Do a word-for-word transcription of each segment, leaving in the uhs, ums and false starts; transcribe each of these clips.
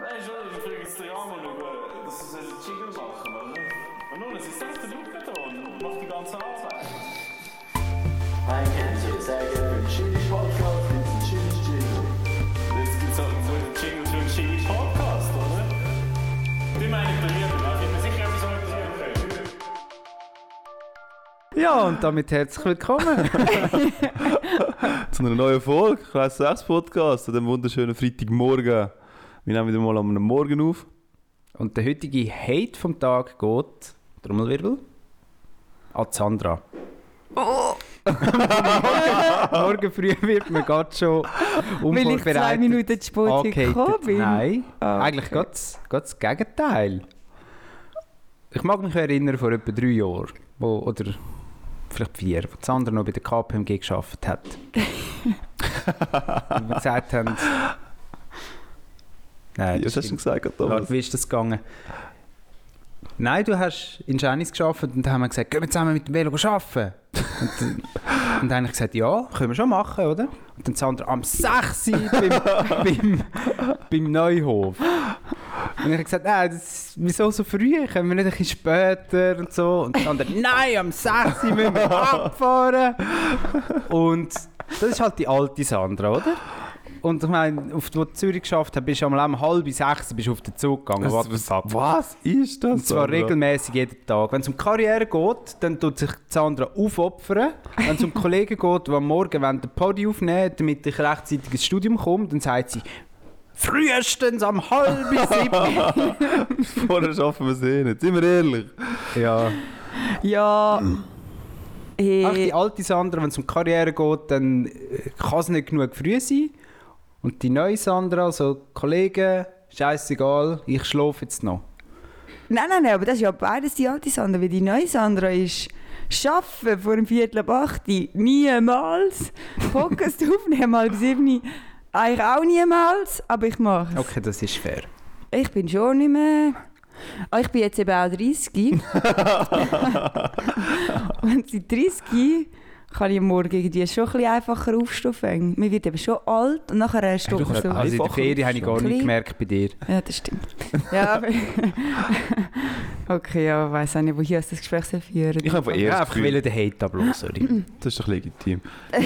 Nein, schon, ich frage jetzt den Jan über, dass sie einen Jingle machen, oder? Und nun, es ist selbst der Luke da und macht die ganze Arbeit. Ein Kennzeichen, sehr gerne für den Chili-Podcast, gibt es einen Chili-Jingle. Jetzt gibt es auch so einen Jingle für einen Chili-Podcast, oder? Die meine ich bei mir, da bin mir sicher, etwas organisieren können. Ja, und damit herzlich willkommen zu einer neuen Folge, Kreis sechs Podcast, an diesem wunderschönen Freitagmorgen. Wir nehmen wieder mal am Morgen auf. Und der heutige Hate vom Tag geht, Trommelwirbel, an Sandra. Oh. Morgen früh wird man gerade schon Weil ich zwei Minuten zu spät gekommen bin? Nein, oh, okay. Eigentlich geht das Gegenteil. Ich mag mich erinnern, vor etwa drei Jahren, wo, oder vielleicht vier, wo Sandra noch bei der K P M G gearbeitet hat. Und wir gesagt haben... Nein, das hast du gesagt, Thomas. Wie ist das gegangen? Nein, du hast in Schenis gearbeitet und dann haben wir gesagt, gehen wir zusammen mit dem Velo arbeiten. Und, und dann habe ich gesagt, ja, können wir schon machen, oder? Und dann Sandra am sechs Uhr beim, beim, beim Neuhof. Und ich habe gesagt, nein, das, wieso so früh? Können wir nicht ein bisschen später und so? Und Sandra, nein, am sechs Uhr müssen wir abfahren. Und das ist halt die alte Sandra, oder? Und ich meine, auf die Zürich geschafft habe, bist du um halb sechs bist du auf den Zug gegangen. Was, was, was ist das? Und zwar Sandra? Regelmäßig jeden Tag. Wenn es um Karriere geht, dann tut sich Sandra aufopfern. Wenn es um Kollegen geht, die am Morgen den Podi aufnehmen, damit ich rechtzeitig ins Studium komme, dann sagt sie, frühestens am halb sieben. Vorher schaffen wir es eh nicht. Sind wir ehrlich? Ja. Ja. Hey. Ach, die alte Sandra, wenn es um Karriere geht, dann kann es nicht genug früh sein. Und die neue Sandra, so Kollegen, scheißegal, ich schlafe jetzt noch. Nein, nein, nein, aber das ist ja beides die alte Sandra, weil die neue Sandra ist arbeiten vor dem Viertel ab acht, niemals. Podcast aufnehmen, halb sieben, eigentlich auch niemals, aber ich mache es. Okay, das ist fair. Ich bin schon nicht mehr... Oh, ich bin jetzt eben auch dreißig. Und seit dreißig kann ich am Morgen irgendwie schon ein bisschen einfacher aufstehen. Man wird eben schon alt und nachher erst hey, so. Also in der Ferien habe ich gar nicht gemerkt bei dir. Ja, das stimmt. Ja, okay, ja, ich weiss auch nicht, woher das Gespräch soll führen. Ich habe ja, einfach will den Hate ablassen, sorry. Das ist doch legitim.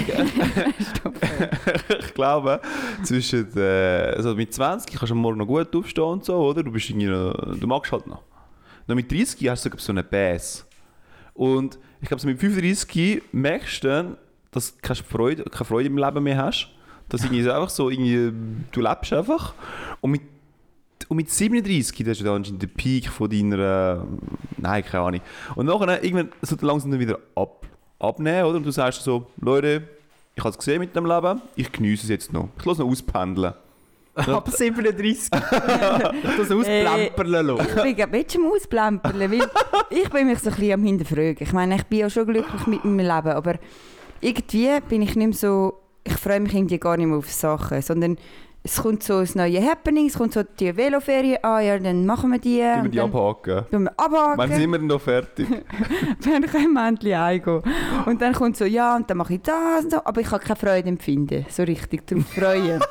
Ich glaube, zwischen äh, also mit zwanzig kannst du am Morgen noch gut aufstehen und so, oder? Du, bist du magst halt noch. Dann mit dreißig hast du so einen Bass. Und ich glaube, so mit fünfunddreißig merkst du dann, dass du keine Freude, keine Freude im Leben mehr hast. Dass irgendwie einfach so, irgendwie, du lebst einfach. Und mit, und mit siebenunddreißig, das ist dann anscheinend der Peak von deiner, nein, keine Ahnung. Und nachher irgendwann sollte langsam dann wieder ab, abnehmen, oder? Und du sagst so, Leute, ich habe es gesehen mit dem Leben, ich genieße es jetzt noch. Ich lasse noch auspendeln. Ab siebenunddreißig. Das ausplempern lassen. Ich bin gerade nicht schon ausplempern, weil ich bin mich so ein bisschen am Hinterfragen. Ich meine, ich bin ja schon glücklich mit meinem Leben, aber irgendwie bin ich nicht mehr so, ich freue mich irgendwie gar nicht mehr auf Sachen, sondern es kommt so ein neues Happening, es kommt so die Veloferien, ah ja, dann machen wir die. Können wir die abhaken? Dann wir abhaken. Wann sind wir denn noch fertig? Dann können wir endlich heimgehen. Und dann kommt so, ja, und dann mache ich das und so, aber ich kann keine Freude empfinden, so richtig darauf freuen.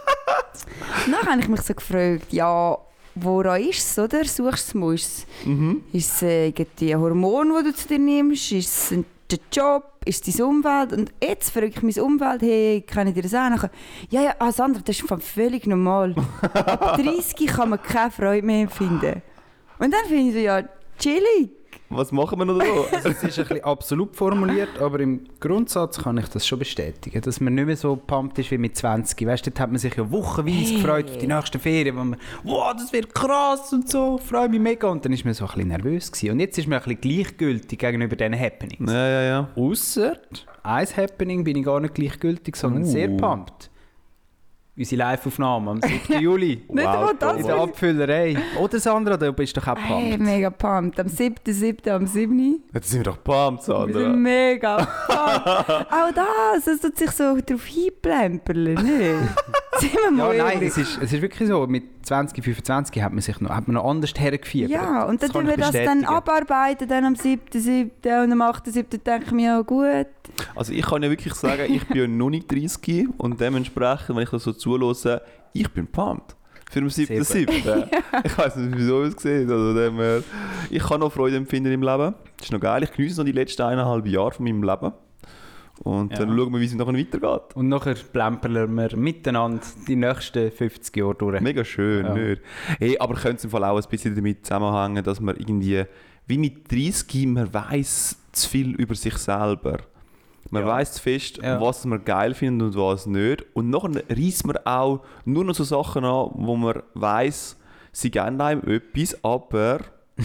Dann habe ich mich so gefragt, ja, woran ist es, oder? Suchst du es mal? Mhm. Ist es äh, die Hormone, die du zu dir nimmst? Ist es der Job? Ist es deine Umwelt? Und jetzt frage ich mein Umfeld, hey, kann ich dir das auch nachher? Ja, ja, ah, Sandra, das ist völlig normal. Ab dreißig kann man keine Freude mehr empfinden. Und dann finde ich so, ja, chillig. Was machen wir noch da? Also, es ist ein bisschen absolut formuliert, aber im Grundsatz kann ich das schon bestätigen, dass man nicht mehr so pumped ist wie mit zwanzig. Weißt du, dort hat man sich ja wochenweise hey. gefreut auf die nächsten Ferien, wo man, wow, das wird krass und so, freue mich mega. Und dann war man so ein bisschen nervös gewesen. Und jetzt ist man ein bisschen gleichgültig gegenüber diesen Happenings. Ja, ja, ja. Ausser ein Happening bin ich gar nicht gleichgültig, sondern uh. sehr pumped. Unsere Live-Aufnahme am siebten Juli. Wow, in der Abfüllerei. Oder Sandra, du bist doch auch pumped. Hey, mega pumped. Am siebten siebten am siebten Jetzt sind wir doch pumped, Sandra. Wir sind mega pumped. Auch das, es tut sich so darauf hinplempern, nicht? Sind wir mal ja, nein, es ist, es ist wirklich so, mit zwanzig, fünfundzwanzig hat man sich noch, hat man noch anders hergefiebert. Ja, und dann tun wir das dann abarbeiten, dann am siebten siebten und am achten siebten denke ich mir, ja gut. Also ich kann ja wirklich sagen, ich bin ja noch nicht dreißig und dementsprechend, wenn ich das so zuhöre, ich bin pumped. Für den siebten Sehr siebten Ich weiß nicht, wieso es sieht. Also dem, äh, ich kann noch Freude empfinden im Leben. Das ist noch geil. Ich genieße noch die letzten eineinhalb Jahre von meinem Leben. Und Ja. dann schauen wir, wie es nachher weitergeht. Und nachher plempern wir miteinander die nächsten fünfzig Jahre durch. Mega schön, Ja. nicht? Hey, aber könnte es im Fall auch ein bisschen damit zusammenhängen, dass man irgendwie, wie mit dreißig, man weiss zu viel über sich selber. Man Ja. weiss zu fest, Ja. was man geil findet und was nicht. Und nachher reisst man auch nur noch so Sachen an, wo man weiss, sie geben einem etwas, aber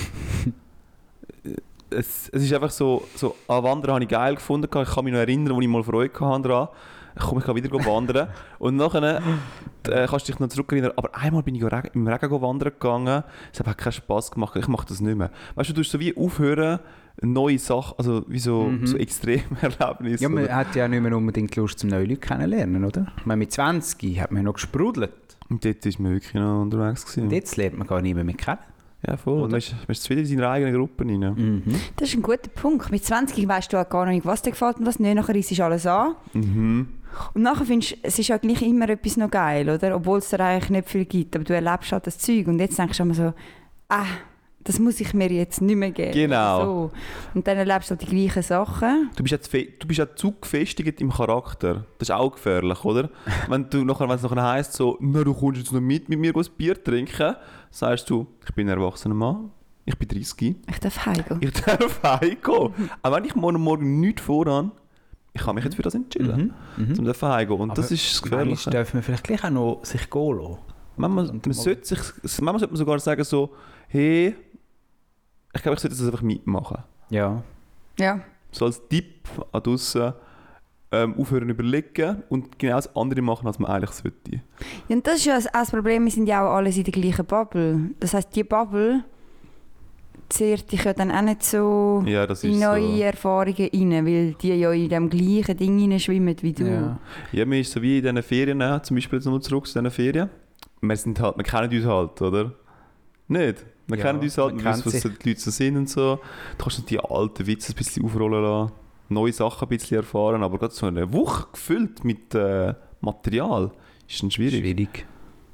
es, es ist einfach so, so an Wandern habe ich geil gefunden. Ich kann mich noch erinnern, als ich mal Freude hatte daran. Ich komme ich kann wieder wandern. Und nachher äh, kannst du dich noch zurückerinnern. Aber einmal bin ich Regen, im Regen wandern gegangen. Es hat keinen Spass gemacht. Ich mache das nicht mehr. Weißt du, du musst so wie aufhören, neue Sachen, also wie so, Mhm. so extreme Erlebnisse. Ja, man oder? hat ja nicht mehr unbedingt Lust, zum neue Leute kennenlernen, oder? Ich meine, mit zwanzig hat man noch gesprudelt. Und dort war man wirklich noch unterwegs. Gewesen. Und jetzt lernt man gar niemand mehr kennen. Ja, voll. Oder? Man ist, man ist wieder in seiner eigenen Gruppe rein. Mhm. Das ist ein guter Punkt. Mit zwanzig weißt du auch gar nicht, was dir gefällt und was nicht. Nachher ist alles an. Mhm. Und nachher findest du, es ist ja gleich immer etwas noch geil, oder? Obwohl es dir eigentlich nicht viel gibt. Aber du erlebst halt das Zeug. Und jetzt denkst du immer so, ah, das muss ich mir jetzt nicht mehr geben. Genau. So. Und dann erlebst du halt die gleichen Sachen. Du bist, ja zu fe- du bist ja zu gefestigt im Charakter. Das ist auch gefährlich, oder? wenn du nachher, wenn es nachher heisst, so, na, du kommst jetzt noch mit, mit mir ein Bier trinken, sagst du, ich bin ein erwachsener Mann, ich bin dreißig, Ich darf heimgehen. ich darf heimgehen. Auch wenn ich morgen Morgen nichts vorhabe, ich kann mich jetzt für das entschieden, Mhm. Mhm. um heimgehen. Und Aber das ist das manchmal Gefährliche. dürfen wir vielleicht gleich auch noch sich gehen lassen. Manchmal, Und man mal- sollte sich, manchmal sollte man sogar sagen so, hey, ich glaube, ich sollte das einfach mitmachen. Ja. Ja. So als Tipp an draussen, ähm, aufhören überlegen und genau das andere machen, als man eigentlich sollte. Ja, und das ist ja das, auch das Problem, wir sind ja auch alles in der gleichen Bubble. Das heisst, die Bubble zehrt dich ja dann auch nicht so Ja, das in ist neue so. Erfahrungen rein, weil die ja in dem gleichen Ding hineinschwimmen wie du. Ja. Ja, mir ist so wie in diesen Ferien, äh, zum Beispiel jetzt nochmal zurück zu diesen Ferien, wir, sind halt, wir kennen uns halt, oder? Nicht? Wir Ja, kennen uns halt, man wir wissen, kennt was sich. die Leute so sind und so. Du kannst die alten Witze ein bisschen aufrollen lassen, neue Sachen ein bisschen erfahren, aber gerade so eine Woche gefüllt mit äh, Material ist dann schwierig. Schwierig.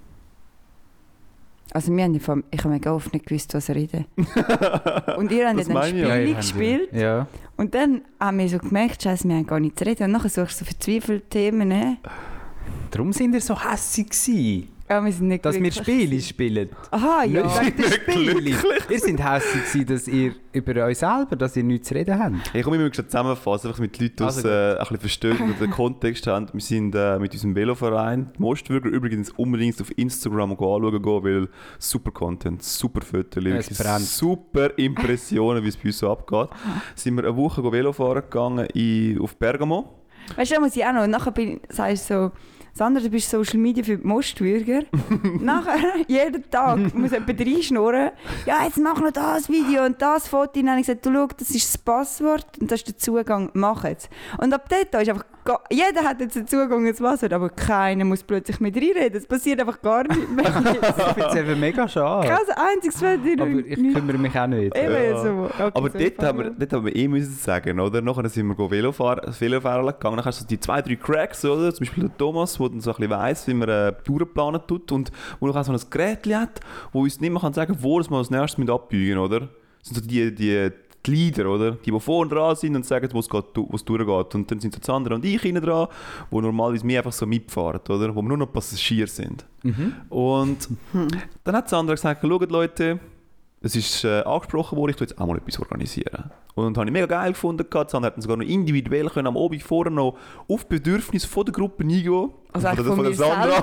Also wir haben ja vom- ich habe mega oft nicht gewusst, was reden. Und ihr habt Das dann meine ich ja. Spiele ihr habt gespielt Ja. ja. und dann haben wir so gemerkt, Scheiße, wir haben gar nicht zu reden. Und nachher suchst du so verzweifelte Themen. Ne? Darum sind wir so hässig gewesen, Ja, wir sind nicht dass wir glücklich Spiele gewesen. spielen. Aha, ja. Nicht wegen der Spiele. Ihr sind hässig gewesen, dass ihr über euch selber, dass ihr nichts zu reden habt. Ich komme immer zusammenfassen, einfach mit den Leuten Also aus, äh, ein bisschen verstehen und den Kontext haben. Wir sind äh, mit unserem Veloverein, die Mostwürger, übrigens unbedingt auf Instagram anschauen gehen, weil super Content, super Fotos, wirklich brennt. super Impressionen, wie es bei uns so abgeht. Sind wir eine Woche Velofahren gegangen in, auf Bergamo. Weißt du, da muss ich auch noch. Und nachher bin, sagst du so, Sandra, du bist Social Media für die Mostbürger. Nachher, jeden Tag, muss jemand reinschnurren. Ja, jetzt mach noch das Video und das Foto. Und dann habe ich gesagt, du schau, das ist das Passwort und das ist der Zugang, mach jetzt. Und ab dort ist einfach, ga- jeder hat jetzt einen Zugang ins Passwort, aber keiner muss plötzlich mit reinreden. Es passiert einfach gar nicht mehr. Ich finde es eben mega schade. Kein einziges Video. Aber ich kümmere mich auch nicht. Eben Ja. so. Okay, Aber so dort haben, wir, fangen dort haben wir eh müssen sagen, oder? Nachher sind wir go Velofahren, Velofahren gegangen. Dann hast du so die zwei, drei Cracks, oder? Zum Beispiel der Thomas, der dann so ein bisschen weiss, wie man äh, Touren planen tut und wo noch auch so ein Gerät hat, wo uns nicht mehr kann sagen, wo wir als nächstes mit abbiegen, oder? Das sind so die, die, die Leader, oder? Die, die vorne dran sind und sagen, wo es geht, wo es durchgeht. Und dann sind so Sandra und ich hinten dran, die normalerweise mehr einfach so mitfahren, oder? Wo wir nur noch Passagiere sind. Mhm. Und dann hat Sandra gesagt, schaut Leute, es ist äh, angesprochen worden, ich tue jetzt auch mal etwas organisieren. Und das habe ich mega geil gefunden. Sandra hat dann sogar noch individuell können, am Abend vorher noch auf die Bedürfnisse von der Gruppe eingehen. Also eigentlich Oder von mir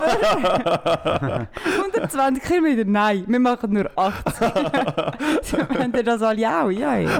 selber. hundertzwanzig Kilometer? Nein, wir machen nur achtzig. So, haben ihr das alle auch? Ja, ja.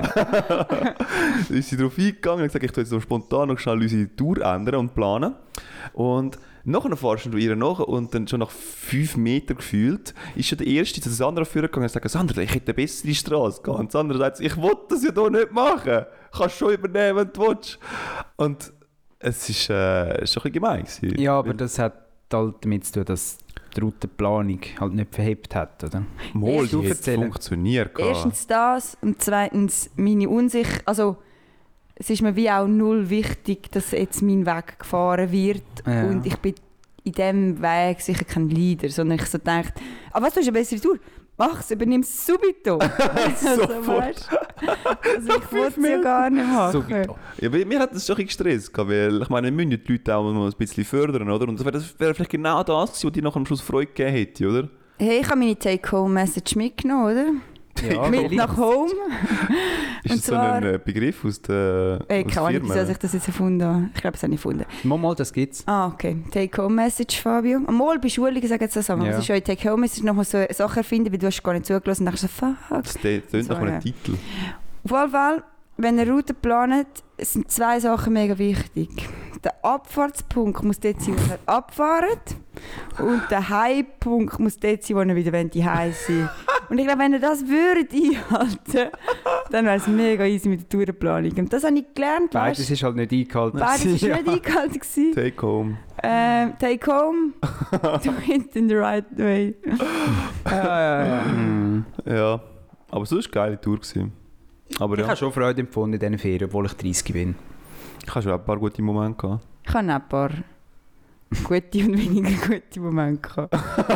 ist sie darauf eingegangen und hat gesagt, ich tue jetzt so spontan noch schnell unsere Tour ändern und planen. Und nachher fahrst du ihr nach und dann schon nach fünf Metern gefühlt ist schon der Erste zu Sandra vorgegangen und sagt, Sandra, ich hätte eine bessere Straße gehen. Und Sandra sagt, ich will das ja hier nicht machen. Kannst schon übernehmen, wenn du willst. Und es ist, äh, ist schon ein bisschen gemein gewesen. Ja, aber das hat halt damit zu tun, dass die Routenplanung halt nicht verhebt hat, oder? Mal, Du die hat erzählen. funktioniert. gehabt. Erstens das und zweitens meine Unsicherheit. Also, es ist mir wie auch null wichtig, dass jetzt mein Weg gefahren wird. Ja. Und ich bin in diesem Weg sicher kein Leader, sondern ich so dachte, ah, was, du hast eine bessere Tour? Mach's, übernimm es subito. also, weißt, also ich wollte es ja gar nicht machen. Subito. Ja, weil mir hat das schon ein bisschen gestresst, gehabt, weil ich meine, wir müssen die Leute auch mal ein bisschen fördern, oder? Und das wäre wär vielleicht genau das gewesen, was dir nachher am Schluss Freude gegeben hätte, oder? Hey, ich habe meine Take-Home-Message mitgenommen, oder? Ja, Mit nach Home. Ist Und das so zwar- ein äh, Begriff aus der Ey, aus keine Ahnung, Firmen? wieso ich das jetzt erfunden habe. Ich glaube, das habe ich erfunden. Mal, mal, das gibt's. Ah, okay. Take-Home-Message, Fabio. Mal bei Schulungen sagen sie das auch. Ja. Was ist eure Take-Home-Message? Nochmal so Sachen erfinden, weil du hast gar nicht zugelassen und dachte so, fuck. Das tönt nach So, einem ja. Titel. Auf jeden Fall, wenn ihr Route plant, sind zwei Sachen mega wichtig. Der Abfahrtspunkt muss dort sein, wo ihr abfahrt. Und der Heimpunkt muss dort sein, wo ihr wieder die Heim sein. Und ich glaube, wenn ihr das würdet einhalten, dann wäre es mega easy mit der Tourenplanung. Und das habe ich gelernt. Beides Weißt, ist halt nicht eingehalten. beides ist Ja. nicht eingehalten gewesen. Take home. Ähm, take home, do it in the right way. Ja, ja, ja. Mhm. Ja, aber so war eine geile Tour. Gewesen. Aber Ich ja, habe schon Freude empfunden in diesen Ferien, obwohl ich dreißig bin. ich habe schon ein paar gute Momente gehabt. Ich habe auch ein paar gute und weniger gute Momente gehabt.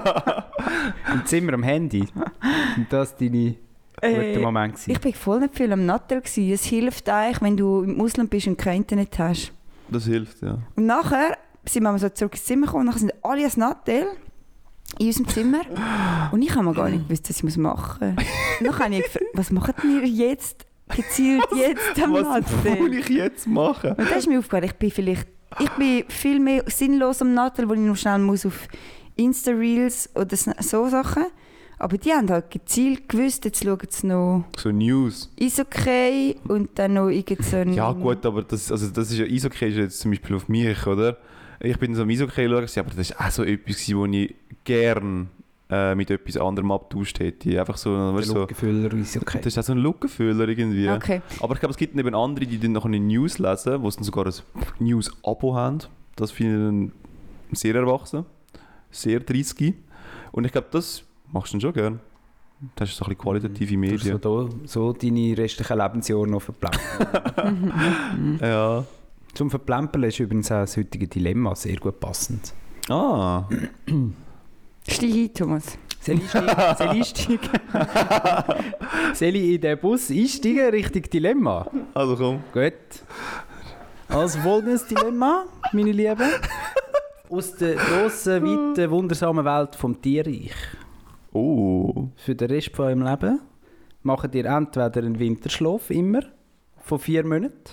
Im Zimmer am Handy. Und das deine Äh, guten Momente gewesen. Ich war voll nicht viel am Nattel. gewesen. Es hilft eigentlich, wenn du im Ausland bist und kein Internet hast. Das hilft, ja. Und nachher sind wir so zurück ins Zimmer gekommen und nachher sind alle ans Nattel in unserem Zimmer. Und ich habe mir gar nicht gewusst, was ich machen muss. Und dann habe ich gefragt, was machen wir jetzt gezielt jetzt am Was Nattel? will ich jetzt machen? Und da ist mir aufgefallen, ich bin vielleicht ich bin viel mehr sinnlos am Nattel, wo ich noch schnell muss auf Insta-Reels oder so Sachen. Aber die haben halt gezielt gewusst, jetzt schauen sie noch So News. Eishockey und dann noch irgend so ein... Ja gut, aber das, also das ist ja, Eishockey ist jetzt zum Beispiel auf mich, oder? Ich bin so am Eishockey schauen, aber das war auch so etwas, wo ich gern äh, mit etwas anderem abgetauscht hätte. Einfach so, Der weißt, so Lückenfüller ist okay. das ist auch so ein Lückenfüller irgendwie. Okay. Aber ich glaube, es gibt eben andere, die dann noch eine News lesen, wo sie dann sogar ein News-Abo haben. Das finde ich dann sehr erwachsen, sehr dreißig. Und ich glaube, das machst du dann schon gern. Das ist so ein bisschen qualitative Du hast so, Medien. da, so deine restlichen Lebensjahre noch verplempern. Ja. Zum Verplempern ist übrigens auch das heutige Dilemma sehr gut passend. Ah. Steig ein, Thomas. Soll ich einsteigen? Soll ich einsteigen? Soll ich in den Bus einsteigen Richtung Dilemma? Also komm. Gut. Als folgendes Dilemma, meine Lieben. Aus der grossen, weiten, wundersamen Welt vom Tierreich. Oh. Für den Rest von eurem Leben macht ihr entweder einen Winterschlaf, immer, von vier Monaten.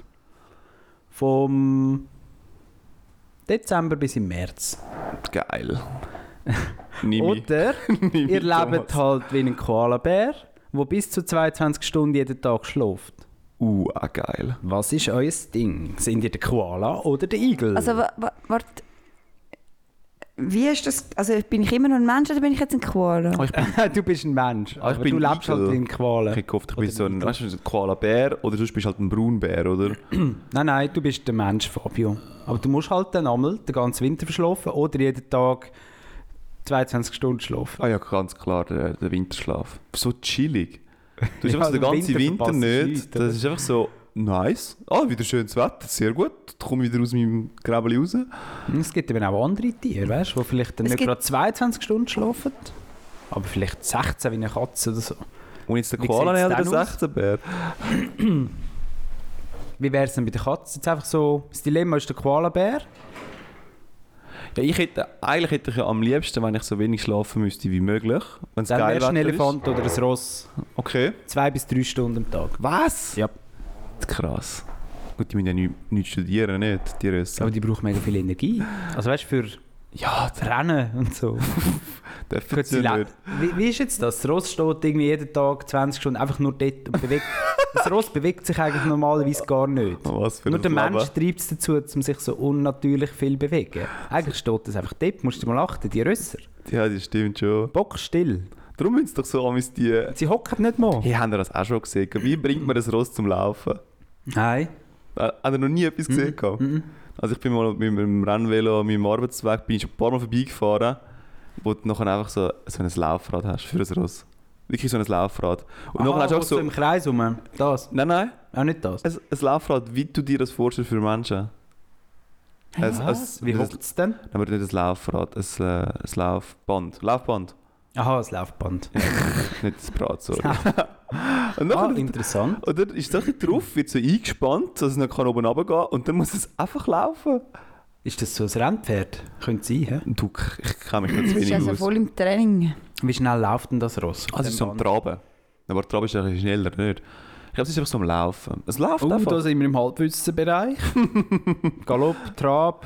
Vom Dezember bis im März. Geil. Nimm ich. Oder Nimm ich, ihr lebt Thomas. halt wie ein Koalabär, der bis zu zweiundzwanzig Stunden jeden Tag schläft. Uh, ah, geil. Was ist euer Ding? Sind ihr der Koala oder der Igel? Also, wa- wa- warte. Wie ist das? Also, bin ich immer noch ein Mensch oder bin ich jetzt ein Koala? Oh, ich bin, du bist ein Mensch, Ah, ich aber bin du lebst Igel. halt in Koala. ich gehofft, ich bin Oder so ein, Igel. weißt du, ein Koala-Bär oder sonst bist du halt ein Braunbär, oder? Nein, nein, du bist der Mensch, Fabio. Aber du musst halt dann einmal den ganzen Winter verschlafen oder jeden Tag zweiundzwanzig Stunden schlafen. Ah ja, ganz klar, der, der Winterschlaf. So chillig. Du hast Ja, einfach so den im ganzen Winter Winter verpasst du nicht. nichts, Das ist einfach so nice. Ah, wieder schönes Wetter, sehr gut. Ich komme wieder aus meinem Gräbeli raus. Und es gibt eben auch andere Tiere, weißt, die vielleicht dann Es nicht gibt- gerade zweiundzwanzig Stunden schlafen, aber vielleicht sechzehn wie eine Katze oder so. Und jetzt der Wie Koala sieht's oder der dann aus? sechzehn-Bär. Wie wäre es denn bei der Katze? Jetzt einfach so, das Dilemma ist der Koalabär. Ja, ich hätte, eigentlich hätte ich ja am liebsten, wenn ich so wenig schlafen müsste wie möglich. Wenn es Dann geil wärst du ein Wetter Elefant oder ein Ross. ist. Okay. Zwei bis drei Stunden am Tag. Was? Ja. Krass. Gut, die müssen ja nichts nicht studieren, nicht? Die Rösser. Aber die brauchen mega viel Energie. Also weißt du, für Ja, das Rennen und so. dürfen Gut, sie sie ja le- nicht. wie, wie ist jetzt das? Das Ross steht irgendwie jeden Tag zwanzig Stunden einfach nur dort und bewegt. Das Ross bewegt sich eigentlich normalerweise gar nicht. Was für Nur ein der Mensch Leben. treibt es dazu, um sich so unnatürlich viel zu bewegen. Eigentlich steht das einfach dort. Musst du mal achten, die Rösser. Ja, das stimmt schon. Bockstill. Darum müssen sie doch so amigs die... Sie hocken nicht mal. Hey, haben ihr das auch schon gesehen? Wie bringt man das Ross zum Laufen? Nein. Äh, Habt ihr noch nie etwas gesehen? gehabt? Mhm. Also ich bin mal mit meinem Rennvelo an meinem Arbeitsweg bin ich schon ein paar Mal vorbeigefahren, wo du nachher einfach so, so ein Laufrad hast für ein Ross. Wirklich so ein Laufrad. Und nachher hast du wo auch so... im Kreis rum. Das. Nein, nein. Auch nicht das. Ein, ein Laufrad, wie du dir das vorstellst für Menschen. Ein, ein, Wie ein, hockt es denn? aber nicht ein Laufrad, ein, äh, ein Laufband. Laufband. Aha, das Laufband. Nicht das Brat, sorry. Und Ah, dann interessant. und dann ist es so drauf, wird so eingespannt, dass es nicht oben runter kann und dann muss es einfach laufen. Ist das so ein Rennpferd? Könnte sein, hä? Du, ich kenne mich noch zu Das ist wenig also aus. voll im Training. Wie schnell läuft denn das Ross? Also es ist so am Traben. Aber der Traben ist ein bisschen schneller, nicht? Ich glaube, es ist einfach so am Laufen. Es läuft Oh, einfach. da sind wir im Halbwissenbereich. Galopp, Trab.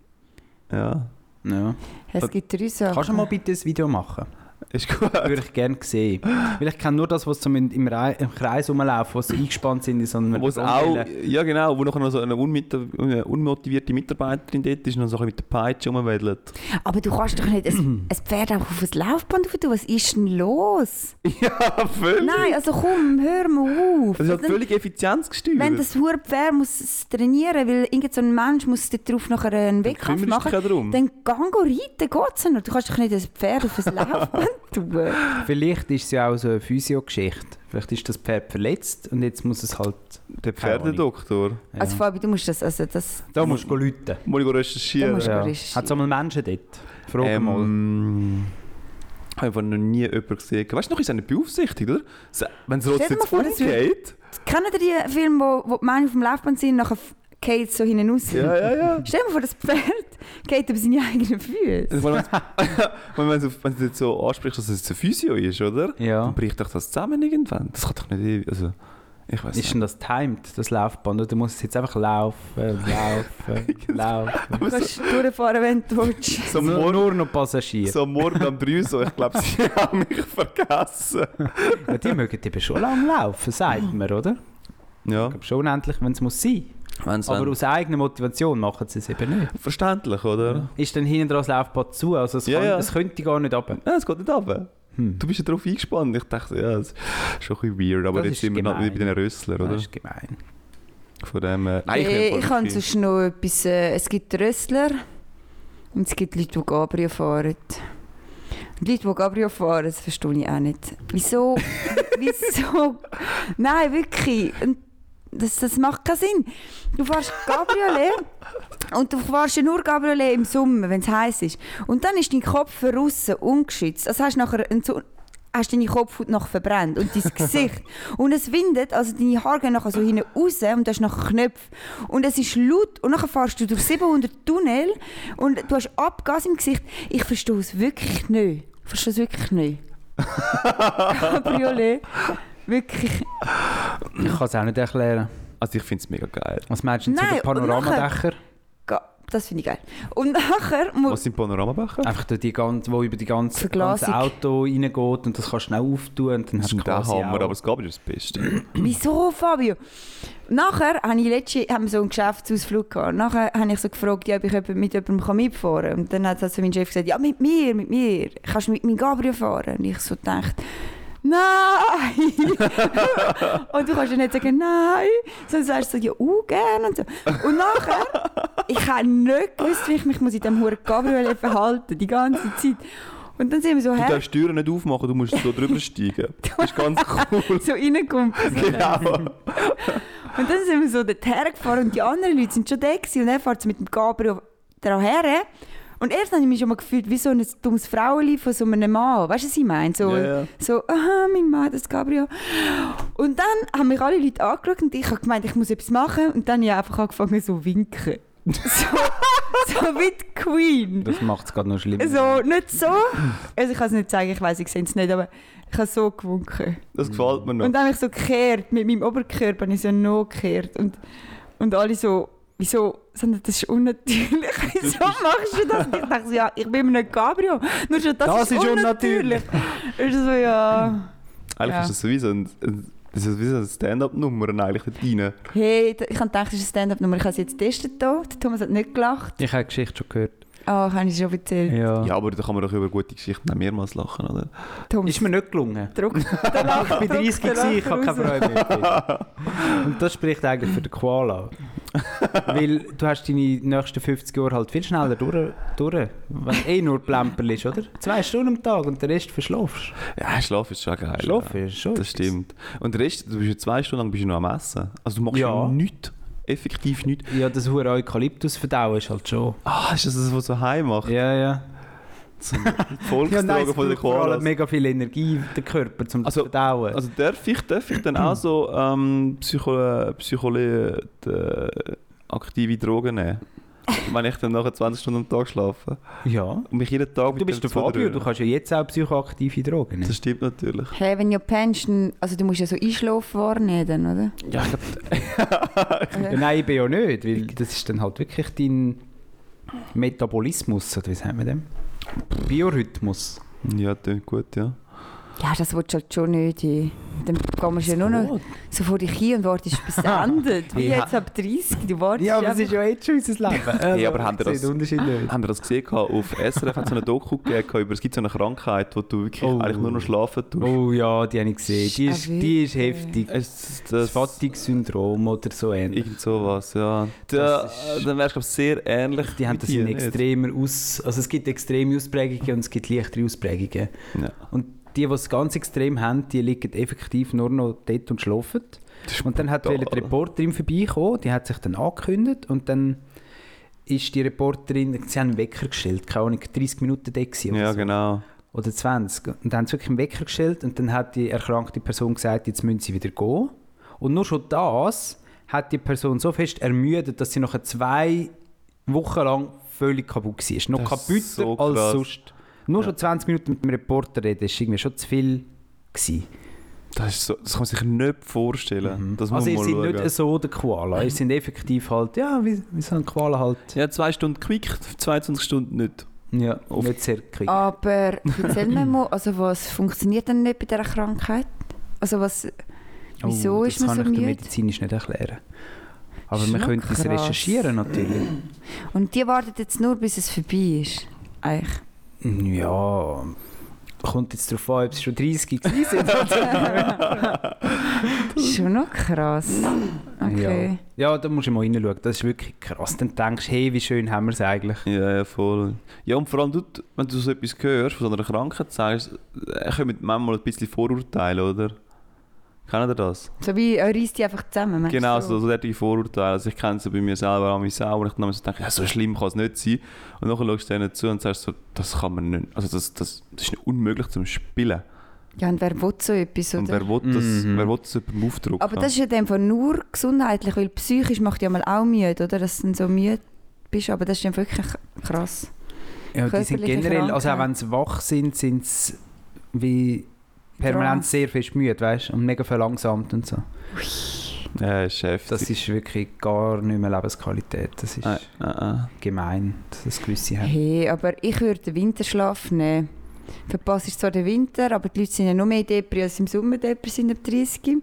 Ja, Ja. Es gibt drei Sachen. Kannst du mal bitte ein Video machen? ist gut. Würde ich gerne sehen. Weil ich kenne nur das, was so im, im, Rei- im Kreis rumlaufen, wo sie eingespannt sind in so einer Wo es auch, Rondelle. ja genau, wo noch so eine, unmit eine unmotivierte Mitarbeiterin dort ist und noch so ein bisschen mit der Peitsche rumwedelt. Aber du kannst doch nicht ein, ein Pferd auch auf ein Laufband tun. Was ist denn los? Ja, völlig. Nein, also komm, hör mal auf. Das ist halt Dann- völlig effizienzgesteuert. Wenn das hure Pferd muss es trainieren, weil irgend so ein Mensch muss darauf nachher einen Wettkampf kümmerst machen, dich ja darum. dann gang go reiten, geht's noch. Du kannst doch nicht ein Pferd auf ein Laufband tun. Vielleicht ist es ja auch so eine Physio-Geschichte. Vielleicht ist das Pferd verletzt und jetzt muss es halt... Der Pferdedoktor. Ja. Also Fabi, du musst das, also das, Da musst du rufen. Muss ich Da recherchieren. musst du- Ja. recherchieren. Hat es einmal Menschen dort? Frag mal. Ähm, ich habe noch nie jemanden gesehen. Weißt du noch, ist eine beaufsichtigt, oder? So, wenn es Stell dir jetzt mal vor, das umgeht. Kennt ihr die Filme, wo, wo die Menschen auf dem Laufband sind, nachher geht es so hinten raus? Ja, ja, ja. Stell dir mal vor, das Pferd geht über seine eigenen Füße. Also, wenn wenn du wenn du jetzt so ansprichst, dass es ein Physio ist, oder? Ja. Dann bricht doch das zusammen irgendwann. Das kann doch nicht ewig. Also, ich weiß Ist nicht. denn das timed, das Laufband? Oder muss es jetzt einfach laufen, laufen, laufen? Du kannst durchfahren, wenn du willst. So am Nur, Morgen, nur noch Passagier. so am Morgen um drei so, ich glaube, sie haben mich vergessen. Ja, die mögen eben schon lange laufen, sagt man, oder? Ja, Ich glaube schon unendlich, wenn es muss sein. wenn's Aber dann- aus eigener Motivation machen sie es eben nicht. verständlich, oder? Ist dann hinten dran das Laufband zu? Also es, Ja, kann, ja. es könnte gar nicht runter. Ja, es geht nicht runter. Hm. Du bist ja darauf eingespannt. Ich dachte, ja, das ist schon ein bisschen weird. Aber Das jetzt ist sind wir noch gemein. wieder bei den Rösslern, oder? Das ist gemein. Von dem, äh, nein, Hey, nehme ich voll habe viel. sonst noch etwas. Äh, es gibt Rössler und es gibt Leute, die Cabrio fahren. Und Leute, die Cabrio fahren, das verstehe ich auch nicht. Wieso? Wieso? Nein, wirklich. Und Das, das macht keinen Sinn. Du fährst Cabriolet und du fährst ja nur Cabriolet im Sommer, wenn es heiß ist. Und dann ist dein Kopf draussen ungeschützt. Also hast du nachher einen so hast deine Kopfhaut noch verbrannt und dein Gesicht. Und es windet, also deine Haare gehen nachher so hinten raus und du hast nachher Knöpfe. Und es ist laut und nachher fährst du durch siebenhundert Tunnel und du hast Abgas im Gesicht. Ich verstehe es wirklich nicht. Ich verstehe es wirklich nicht. Cabriolet. Wirklich. Ich kann es auch nicht erklären. Also ich finde es mega geil. Was meinst du denn zu Nein, den und Panoramadächer? Ga- Das finde ich geil. Und nachher muss... Was sind Panoramabächer? Einfach durch die ganze, wo über die ganze, Verglasung. ganze Auto reingeht und das kannst du schnell auftun und dann Das hast ist du ein der quasi Hammer, auch... aber das Gabriel ist das Beste. Wieso, Fabio? Nachher habe ich letztens haben wir so einen Geschäftsausflug gehabt. Nachher habe ich so gefragt, ja, ob ich jemand- mit jemandem mitfahren kann. Und dann hat also mein Chef gesagt, ja, mit mir, mit mir. Kannst du mit meinem Gabriel fahren? Und ich so gedacht, nein! Und du kannst ja nicht sagen, nein. Sondern sagst du so, ja, uh, gerne und so. Und nachher, ich habe nicht gewusst, wie ich mich muss in diesem Huren Gabriel verhalten die ganze Zeit. Und dann sind wir so Du her, darfst die Türen nicht aufmachen, du musst so drüber steigen. Das ist ganz cool. so reingekommen. Genau. Und dann sind wir so dorthin gefahren und die anderen Leute sind schon da gewesen. Und er fährt so mit dem Gabriel daran her. Und erst habe ich mich schon mal gefühlt wie so ein dummes Frauenlied von so einem Mann. Weißt du, was ich meine? So, Ja, ja. so aha, mein Mann, das Gabriel. Und dann haben mich alle Leute angeschaut und ich habe gemeint, ich muss etwas machen. Und dann habe ich einfach angefangen so winken. So, so wie die Queen. Das macht es gerade noch schlimmer. So, nicht so. Also ich kann es nicht sagen, ich weiß, ich sehe es nicht, aber ich habe so gewunken. Das gefällt mir noch. Und dann habe ich so gekehrt, mit meinem Oberkörper habe ich so noch gekehrt. Und, und alle so, wieso, sondern das ist unnatürlich. Wieso machst du das? Und ich dachte so, ja, ich bin nicht Cabrio. Nur schon das, Das ist ist unnatürlich. Und so, ja. Eigentlich Ja. ist das so wie so ein, ein, das ist wie so eine Stand-up-Nummer eigentlich dort rein. Hey, da- ich habe gedacht, das ist eine Stand-up-Nummer. Ich habe es jetzt getestet hier. Der Thomas hat nicht gelacht. Ich habe die Geschichte schon gehört. Ah, oh, habe ich schon erzählt. Ja. Ja, aber da kann man doch über gute Geschichten auch mehrmals lachen, oder? Thomas, Ist mir nicht gelungen. Druck, der Lacher, Ich bin dreißig druck den gewesen, ich habe Lacher keine raus. Freude mehr. Und das spricht eigentlich für den Koala. Weil du hast deine nächsten fünfzig Jahre halt viel schneller durch, durch wenn eh nur Plemperl ist, oder? Zwei Stunden am Tag und den Rest verschlafst. Ja, Schlaf ist schon geil. Schlafen ja. ist schon Das etwas. stimmt. Und der Rest, du bist ja zwei Stunden lang bist du noch am Essen. Also du machst Ja. ja nichts. effektiv nichts. Ja, das hure Eukalyptus verdauen ist halt schon. Ah, ist das das, was so heim macht? Ja, ja. So Volksdrogen von der vor allem Koalas. mega viel Energie, der Körper, um Also- zu verdauen. Also darf ich, darf ich dann auch so ähm, Psycho, Psycho, äh, aktive Drogen nehmen? Wenn ich dann nachher zwanzig Stunden am Tag schlafe ja. und mich jeden Tag mit Du bist dem der Fabio, zudröhnen. du kannst ja jetzt auch psychoaktive Drogen nehmen. Das stimmt natürlich. Hey, wenn du pennst, dann, also du musst ja so Einschlafen wahrnehmen, oder? Ja, ich glaub, ja, nein, ich bin ja nicht, weil das ist dann halt wirklich dein Metabolismus, oder wie sagen wir dem? Biorhythmus. Ja, das ist gut, ja. Ja, das willst du halt schon nicht. Ey. Dann gehst du ja nur noch so vor dich hin und wartest, bis es endet. Wie Ja. jetzt ab dreißig, du wartest Ja, aber es einfach- ist ja jetzt schon unser Leben. Also, Hey, aber habt ihr ich sehe das- den Unterschied nicht. Haben ihr das gesehen? gehabt? Auf S R F hat es so eine Doku gegeben, über es gibt so eine Krankheit, wo du wirklich Oh. eigentlich nur noch schlafen tust. Oh ja, die habe ich gesehen. Die ist, Ah, die ist wirklich? heftig. Es, Das das, Fatigue-Syndrom oder so ähnlich. irgend sowas, ja. Da, Das ist- dann wärst du glaub, sehr ähnlich. Die haben mit das dir, in nicht? extremer Aus... Also es gibt extreme Ausprägungen und es gibt leichtere Ausprägungen. Ja. Und die, die es ganz extrem haben, die liegen effektiv nur noch dort und schlafen. Und dann hat brutal. die Reporterin vorbeikommen, die hat sich dann angekündigt und dann ist die Reporterin, sie haben einen Wecker gestellt, keine Ahnung, dreißig Minuten da gewesen oder Ja, so. genau. Oder zwanzig. Und dann haben sie wirklich einen Wecker gestellt und dann hat die erkrankte Person gesagt, jetzt müssen sie wieder gehen. Und nur schon das hat die Person so fest ermüdet, dass sie nachher zwei Wochen lang völlig kaputt war. Noch Das ist kaputter so als krass. sonst. Nur Ja. schon zwanzig Minuten mit dem Reporter reden, das war irgendwie schon zu viel gewesen. Das, ist so, das kann man sich nicht vorstellen. Das muss Also ihr man seid mal nicht schauen. so der Koala, ihr seid effektiv halt, ja, wie, wie so ein Koala halt. Ja, zwei Stunden quick, zweiundzwanzig Stunden nicht. Ja, nicht sehr quick. Aber erzähl mir mal, also was funktioniert denn nicht bei dieser Krankheit? Also was, wieso Oh, ist man das so kann ich dir müde? medizinisch nicht erklären. Aber Ist man noch könnte es krass. recherchieren natürlich. Und die wartet jetzt nur, bis es vorbei ist? Eigentlich. Ja, kommt jetzt darauf an, ob es schon dreißig waren. Das ist schon noch krass. Okay. Ja. ja, da musst du mal reinschauen, das ist wirklich krass. Dann denkst du, hey, wie schön haben wir es eigentlich. Ja, ja, voll. Ja, und vor allem, du, wenn du so etwas hörst, von so einer Krankheit sagst, äh, kommen manchmal ein bisschen Vorurteile, oder? Kennt ihr das? So wie, er reißt die einfach zusammen, meinst Genau, du? so, so derartige Vorurteile. Also ich kenne es bei mir selber an mich selber. Und ich dann so denke, ja, so schlimm kann es nicht sein. Und dann schaust du denen zu und sagst so, das kann man nicht. Also das, das, das ist unmöglich zum Spielen. Ja, und wer will so etwas, Und oder? wer will das, Mhm. wer will das jemandem aufdrücken? Aber das ist in dem Fall nur gesundheitlich, weil psychisch macht ja mal auch müde, oder? Dass du dann so müde bist, aber das ist dann wirklich krass. Ja, die sind Körperliche generell, also auch Krankheit. wenn sie wach sind, sind sie wie permanent Trance. sehr fest müde, weißt du? Und mega verlangsamt und so. Ja, ist heftig. Das ist wirklich gar nicht mehr Lebensqualität. Das ist Äh, äh, äh. gemein, dass das gewisse haben. Hey, aber ich würde den Winterschlaf nehmen. Verpasst ist zwar den Winter, aber die Leute sind ja noch mehr Depri als im Sommer Depri sind ab dreißig.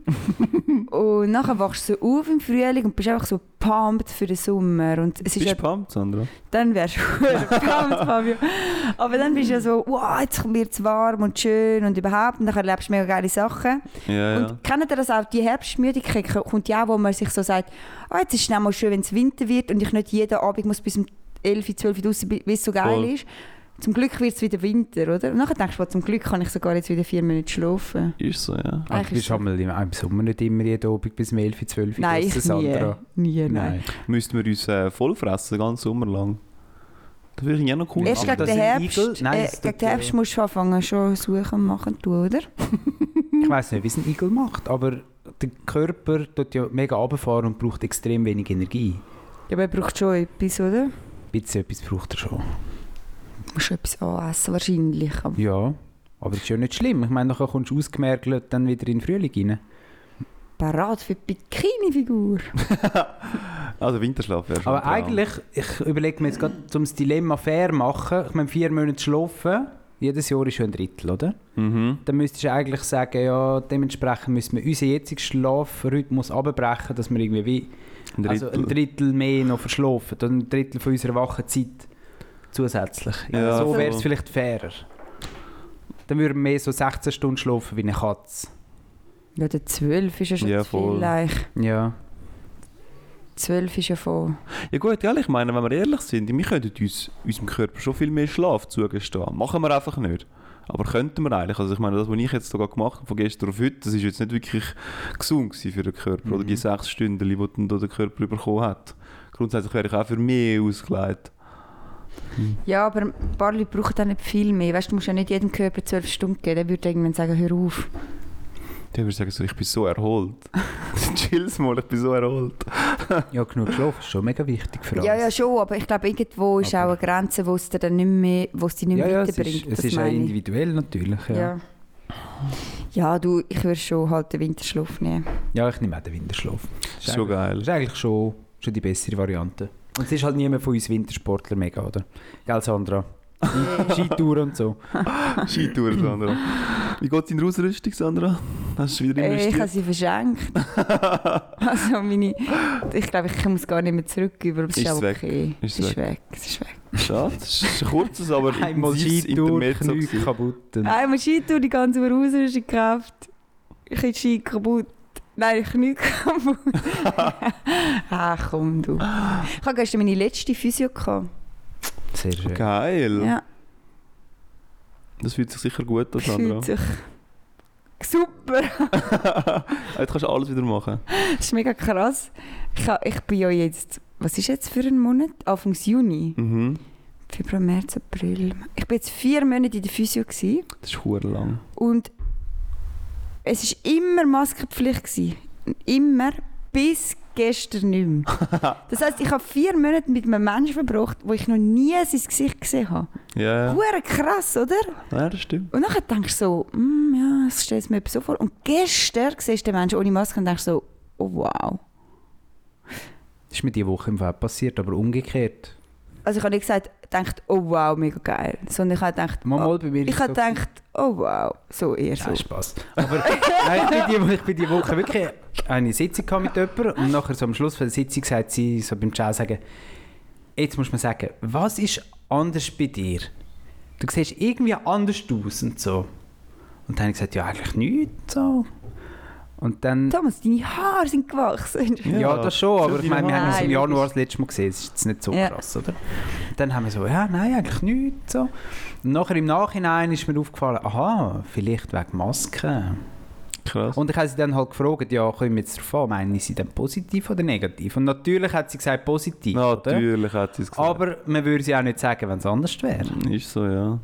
Und nachher wachst du so auf im Frühling und bist einfach so pumped für den Sommer. Und es ist Bist ja, du pumped, Sandra? dann wärst du pumped, Fabio. Aber dann bist du ja so, wow, jetzt wird es warm und schön und überhaupt. Und dann erlebst du mega geile Sachen. Ja, ja. Und kennt ihr das auch? Die Herbstmüdigkeit kommt ja auch, wo man sich so sagt, oh, jetzt ist es schnell mal schön, wenn es Winter wird und ich nicht jeden Abend muss bis um elf, zwölf Uhr draussen, bis es so geil Voll. ist. Zum Glück wird es wieder Winter, oder? Und nachher denkst du, zum Glück kann ich sogar jetzt wieder vier Minuten schlafen. Ist so, ja. Aber du Eigentlich bist ist so. einmal im, im Sommer nicht immer jeden Abend bis um elf, zwölf Uhr Nein, ich draussen, nie. Sandra. Nie, nein. Nein. Müssten wir uns äh, vollfressen, ganz Sommer lang. Das würde ich auch noch cool Erst Aber gegen das den sind Herbst, Igel? Nein, äh, das gegen tut, den Herbst äh, musst du anfangen, schon suchen und machen, tun, oder? Ich weiss nicht, wie es ein Igel macht, aber der Körper tut ja mega runterfahren und braucht extrem wenig Energie. Ja, aber er braucht schon etwas, oder? Ein bisschen etwas braucht er schon. Du musst schon etwas anessen, wahrscheinlich. Aber Ja, aber das ist ja nicht schlimm. Ich meine, nachher kommst du ausgemergelt dann wieder in den Frühling rein. parat für die Bikini-Figur. Also Winterschlaf wäre schon Aber ein Traum. eigentlich, ich überlege mir jetzt gerade, um das Dilemma fair zu machen, ich meine, vier Monate schlafen, jedes Jahr ist schon ein Drittel, oder? Mhm. Dann müsstest du eigentlich sagen, ja, dementsprechend müssen wir unseren jetzigen Schlafrhythmus abbrechen, dass wir irgendwie wie, Ein also Drittel. ein Drittel mehr noch verschlafen, oder ein Drittel von unserer Wachenzeit zusätzlich. Ja, Ja, so wäre es voll. vielleicht fairer. Dann würden wir mehr so sechzehn Stunden schlafen wie eine Katze. Ja, der zwölf ist ja schon Ja, zu viel. voll. Eigentlich. Ja. zwölf ist ja voll. Ja gut, gell, ich meine, wenn wir ehrlich sind, wir könnten uns, unserem Körper schon viel mehr Schlaf zugestehen. Machen wir einfach nicht. Aber könnten wir eigentlich, also ich meine, das, was ich jetzt sogar gemacht habe, von gestern auf heute, das ist jetzt nicht wirklich gesund gewesen für den Körper, Mhm. oder die sechs Stunden, die dann der Körper bekommen hat. Grundsätzlich wäre ich auch für mehr ausgelegt. Ja, aber ein paar Leute brauchen auch nicht viel mehr. Weißt, du musst ja nicht jedem Körper zwölf Stunden geben. Der würde irgendwann sagen, hör auf. Dann würde ich sagen, so, ich bin so erholt. Chill's mal, ich bin so erholt. Ja, genug Schlaf ist schon mega wichtig für alles. Ja, ja, schon, aber ich glaube, irgendwo ist Aber- auch eine Grenze, wo es dir dann nicht mehr, wo es dich nicht ja, mehr ja, es ist, weiterbringt. es das ist auch meine ich. individuell natürlich. Ja, ja. Ja. Ja, du, ich würde schon halt den Winterschlaf nehmen. ich nehme auch den Winterschlaf. Das ist schon geil. Das ist eigentlich schon, schon die bessere Variante. Und es ist halt niemand von uns Wintersportler mega, oder? Gell, Sandra? Skitour und so. Skitour, Sandra. Wie geht es in der Ausrüstung, Sandra? Hast du wieder Äh, ich habe investiert? sie verschenkt. Also meine, ich glaube, ich muss gar nicht mehr zurück, aber es ist, Ist auch es weg? okay. Ist es es ist weg. Es ist weg. Schade, das ist ein kurzes, aber Einmal intensives Skitour, Intermezzo Knie gewesen. kaputt. Und Einmal Skitour, die ganze Ausrüstung gekauft. Ich habe Ski kaputt. Nein, ich nicht kaputt. Ah, komm du. Ich hatte gestern meine letzte Physio gehabt. sehr schön. Geil. Ja, Das fühlt sich sicher gut an, Sandra. fühlt sich super. Jetzt kannst du alles wieder machen. Das ist mega krass. Ich, ha- ich bin ja jetzt, was ist jetzt für ein Monat? Anfang Juni. Mhm. Februar, März, April. Ich war jetzt vier Monate in der Physio gewesen, Das ist verdammt lang. und es war immer Maskenpflicht gewesen. Immer bis gestern nicht mehr. Das heisst, ich habe vier Monate mit einem Menschen verbracht, wo ich noch nie sein Gesicht gesehen habe. Ja, ja. Hure krass, oder? Ja, das stimmt. Und dann denkst du so, mm, ja, das stellst du mir so vor. Und gestern siehst du den Menschen ohne Maske und denkst so, oh wow. Das ist mir diese Woche im Fall passiert, aber umgekehrt. Also ich habe nicht gesagt, gedacht, oh wow, mega geil. Sondern ich habe gedacht, Mal, oh, mal bei mir ich ist habe so gedacht, oh wow. So eher so. Ja, Spaß. Aber nein, ich, bin die, ich bin die Woche wirklich eine Sitzung gehabt mit jemandem und nachher so am Schluss von der Sitzung sagt sie so beim Ciao sagen, jetzt muss man sagen, was ist anders bei dir? Du siehst irgendwie anders aus und so. Und dann habe ich gesagt, ja eigentlich nichts so. Und dann, Thomas, deine Haare sind gewachsen. ja, Ja, das schon, aber für ich meine, wir haben uns Nein, im Januar logisch. das letzte Mal gesehen, das ist jetzt nicht so Ja. krass, oder? Und dann haben wir so, ja, nein, eigentlich nichts so. Und nachher im Nachhinein ist mir aufgefallen, aha, vielleicht wegen Masken. Krass. Und ich habe sie dann halt gefragt, ja, kommen wir jetzt darauf an, meinen sie dann positiv oder negativ? Und natürlich hat sie gesagt positiv, oder? Natürlich hat sie es gesagt. Aber man würde sie auch nicht sagen, wenn es anders wäre. Ist so, ja.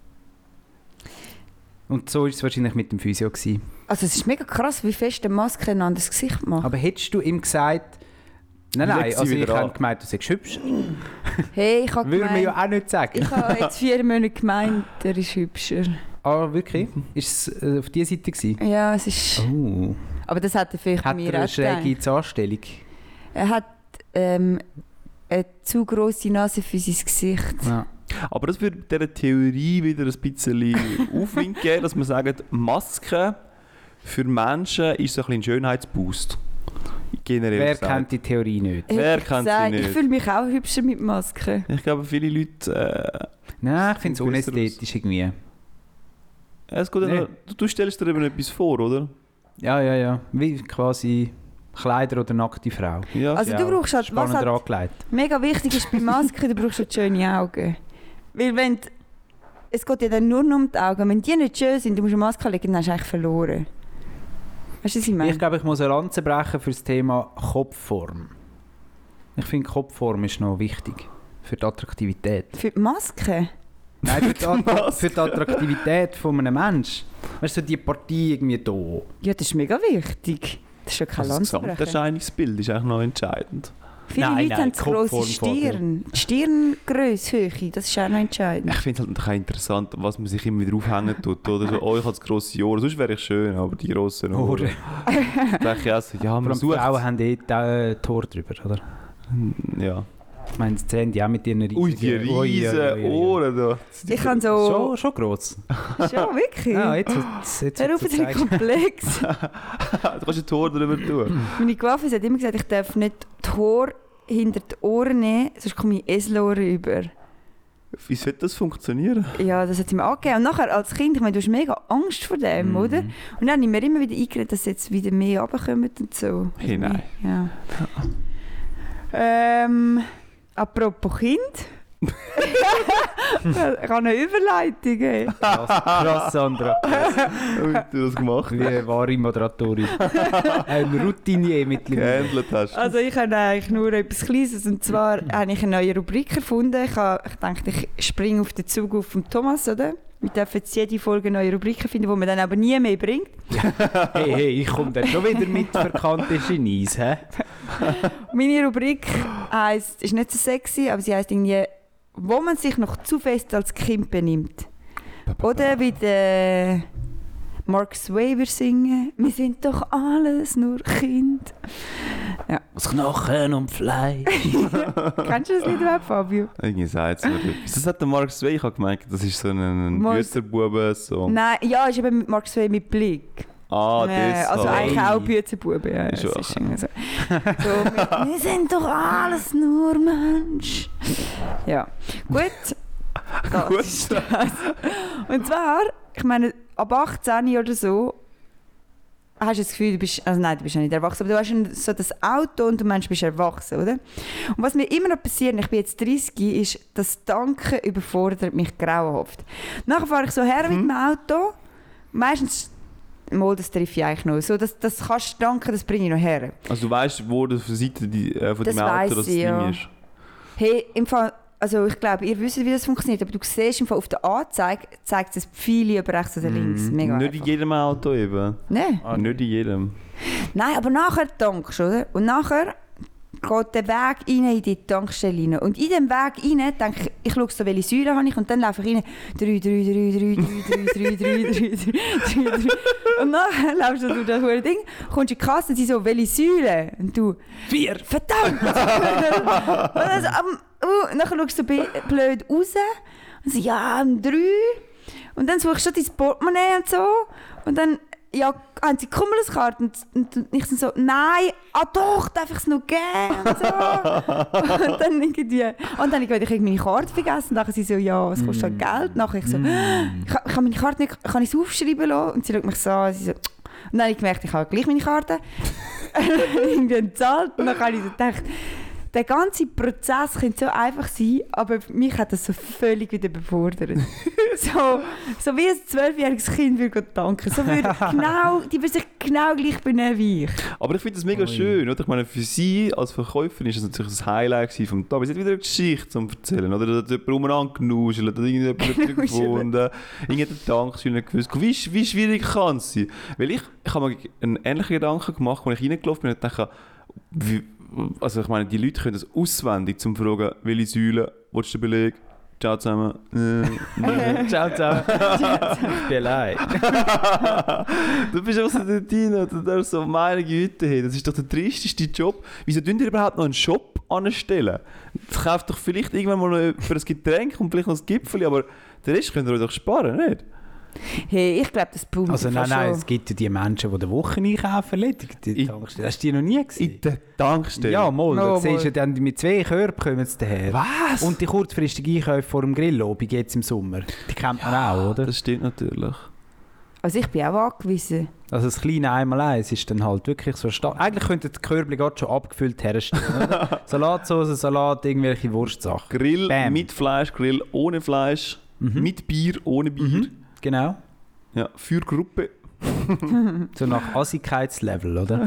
Und so war es wahrscheinlich mit dem Physio gewesen. Also es ist mega krass, wie fest eine Maske ein anderes Gesicht macht. Aber hättest du ihm gesagt, nein, Leg nein, sie also ich wieder habe an. gemeint, du seist hübsch. Hey, ich habe Würde man ja gemeint, auch nicht sagen. ich habe jetzt vier Monate gemeint, er ist hübscher. Ah, wirklich? Ist es äh, auf dieser Seite gewesen? Ja, es ist... Oh. Aber das hat er vielleicht bei Hat mir er eine auch gedacht. schräge Zahnstellung? Er hat ähm, eine zu grosse Nase für sein Gesicht. Ja. Aber das würde dieser Theorie wieder ein bisschen Aufwind geben, dass man sagt, Masken für Menschen ist so ein bisschen ein Schönheitsboost. Generell Wer gesagt. kennt die Theorie nicht? Hätte Wer ich kennt sie gesagt, nicht? Ich fühle mich auch hübscher mit Maske. Ich glaube, viele Leute... Nein, ich finde es Sieht besser unästhetisch irgendwie. Äh, es geht ja Nee. noch, du, du stellst dir eben etwas vor, oder? Ja, ja, ja. Wie quasi Kleider oder nackte Frau. Ja. Also Ja, du brauchst halt, was spannender halt angelegt. mega wichtig ist bei Maske, du brauchst halt schöne Augen. Weil wenn d- es geht ja dann nur noch um die Augen. Wenn die nicht schön sind, du musst eine Maske legen, dann hast du eigentlich verloren. Weißt du, was ich meine? Ich glaube, ich muss eine Lanze brechen für das Thema Kopfform. Ich finde, Kopfform ist noch wichtig für die Attraktivität. Für die Maske? Nein, für die, Attra- für die Attraktivität von einem Menschen. Weißt du, so die Partie irgendwie da. Ja, das ist mega wichtig. Das ist ja kein Also das Lanzenbrechen. Gesamterscheinungsbild ist eigentlich noch entscheidend. Viele Nein, Leute nein, haben zu grosse Kopfform von- Stirn. Die Stirngrösse, Höhe, das ist auch noch entscheidend. Ich finde es halt auch interessant, was man sich immer wieder aufhängen tut. Oder so, oh, ich habe das grosse Ohr. Sonst wäre ich schön, aber die grossen Ohren. Ohren. Da denke ich auch so, ja, Vor man allem sucht... Frauen haben eh die äh, Tor drüber, oder? Ja. Ich meine, die sehen die auch mit ihren riesigen... Ui, die Ui, ui, riesen ui, ui, ui. Ohren da. Ich kann so... Schon, schon gross. Schon, wirklich? Ja, jetzt, jetzt, jetzt Hör auf, wird's den gezeigt. Komplex. Du kannst ein Tor drüber tun. Meine Coiffeuse hat immer gesagt, ich darf nicht die Haare hinter die Ohren nehmen, sonst komme ich Eselohren über. Wie sollte das funktionieren? Ja, das hat sie mir angegeben. Und nachher als Kind, ich meine, du hast mega Angst vor dem, Mhm. oder? Und dann habe ich mir immer wieder eingeredet, dass jetzt wieder mehr runterkommen und so. Hey, nein. Ja. Ähm, apropos Kind, Ich habe eine Überleitung. Ey. Krass, krass, Sandra. Wie du das gemacht Wie eine wahre Moderatorin. Ein Routinier mittlerweile. gehandelt hast. Also ich habe eigentlich nur etwas Kleines, und zwar habe ich eine neue Rubrik erfunden. Ich, habe, ich dachte, ich springe auf den Zug auf von Thomas, oder? Wir dürfen jetzt jede Folge neue Rubriken finden, die man dann aber nie mehr bringt. Hey, hey, ich komme dann schon wieder mit verkannten Genies, hä? Meine Rubrik heisst, ist nicht so sexy, aber sie heisst irgendwie, wo man sich noch zu fest als Kind benimmt. Oder wie der Mark Swaver singen, wir sind doch alles nur Kind. Aus Knochen und Fleisch. Kennst du das Lied überhaupt, Fabio? Irgendwie sagt es mir etwas. Das hat der Mark Sway, ich habe gemeint, das ist so ein, ein Mark- Güterbube-Song. Nein, ja, ist eben mit Mark Swaver mit Blick. Ah, Äh, das also halt. eigentlich auch Büzenbuben. Ja, Ist es schon- ist irgendwie so. So mit, wir sind doch alles nur Mensch. Ja, gut. Das Gut. ist das. Und zwar, ich meine, ab achtzehn oder so hast du das Gefühl, du bist, also nein, du bist ja nicht erwachsen, aber du hast ein- so das Auto und du meinst, du bist erwachsen, oder? Und was mir immer noch passiert, und ich bin jetzt dreißig, ist, das Tanken überfordert mich grauenhaft. Nachher fahre ich so her mit dem Auto, meistens, mal, das treffe ich eigentlich noch, so, das, das kannst du tanken, das bringe ich noch her. Also du weißt, wo das für Seite die, äh, von Das dem Auto weiss das ich, Ding ja. ist. Hey, im Fall, also ich glaube, ihr wisst, wie das funktioniert, aber du siehst im Fall auf der Anzeige, zeigt es Pfeile über rechts oder links. Mega Nicht in einfach. jedem Auto eben. Nein. Nicht in jedem. Nein, aber nachher tankst du, oder? Und nachher geht der Weg rein in die Tankstelle rein. Und in dem Weg rein denke ich, ich schaue so, welche Säulen habe ich, und dann laufe ich rein, drei, drei, drei, drei, drei, drei, drei, drei, drei, drei, drei. Und nachher laufst du durch das verdammte Ding, kommst in die Kasse und sie so, welche Säulen? Und du, Vier. verdammt! Und dann so, um, uh, und dann schaust du so be- blöd raus und so, ja, um drei. Und dann suchst du dein Portemonnaie und so. Und dann, ja, haben sie Kummerskarte? Und, und, und ich so, nein, ah doch, darf ich es noch geben? Und, so. Und dann irgendwie, und dann habe ich meine Karte vergessen. Und dann sie so, ja, es kostet halt Geld. Nachher ich so, ich, kann- ich kann meine Karte nicht, kann ich es aufschreiben lassen? Und sie schaut mich so an, sie so, und dann habe ich gemerkt, ich habe gleich meine Karte. irgendwie entzahlt. Und dann habe ich so gedacht, der ganze Prozess könnte so einfach sein, aber mich hat das so völlig wieder befordert. so, so wie ein zwölfjähriges Kind würde tanken. So würde genau, die würde sich genau gleich benehmen wie ich. Aber ich finde das mega Ui. schön, oder? Ich meine, für sie als Verkäuferin ist das natürlich das Highlight gewesen vom Tag. Sie hat wieder eine Geschichte zum Erzählen, oder? Da hat jemand umeinander genuschelt, oder irgendjemand hat gefunden, irgendeinen Tankstelle nicht gewusst. Wie, sch- wie schwierig kann es sein? Weil ich, ich habe mir einen ähnlichen Gedanken gemacht, als ich reingelaufen bin und dachte, wie, also ich meine, die Leute können das auswendig, zum fragen, welche Säule, willst du den Beleg? Ciao zusammen. Äh, Ciao, ciao. Ich bin allein. Du bist einfach so dort rein und du darfst so, meine Güte, hey, das ist doch der tristeste Job. Wieso tun ihr überhaupt noch einen Shop anstellen? Kauft doch vielleicht irgendwann mal noch jemand ein Getränk und vielleicht noch ein Gipfel, aber den Rest könnt ihr euch doch sparen, nicht? Hey, ich glaube, das pumpt Also nein, fast nein, schon. es gibt ja die Menschen, die die Woche einkaufen erledigen. Die Ich- Tankstelle. Hast du die noch nie gesehen? In der Tankstelle? Ja, mal. Da Oh, siehst du mal. ja dann, mit zwei Körben kommen sie daher. Was? Und die kurzfristigen Einkäufe vor dem Grillobig jetzt im Sommer, die kennt man auch, oder? Das stimmt natürlich. Also ich bin auch angewiesen. Also das kleine Einmaleins ist dann halt wirklich so stark. Eigentlich könnten die Körbchen gerade schon abgefüllt herstellen, oder? Salatsauce, Salat, irgendwelche Wurstsachen. Grill Bam. mit Fleisch, Grill ohne Fleisch, Mhm. mit Bier, ohne Bier. Genau. Ja, für Gruppe. So nach Assigkeitslevel, oder?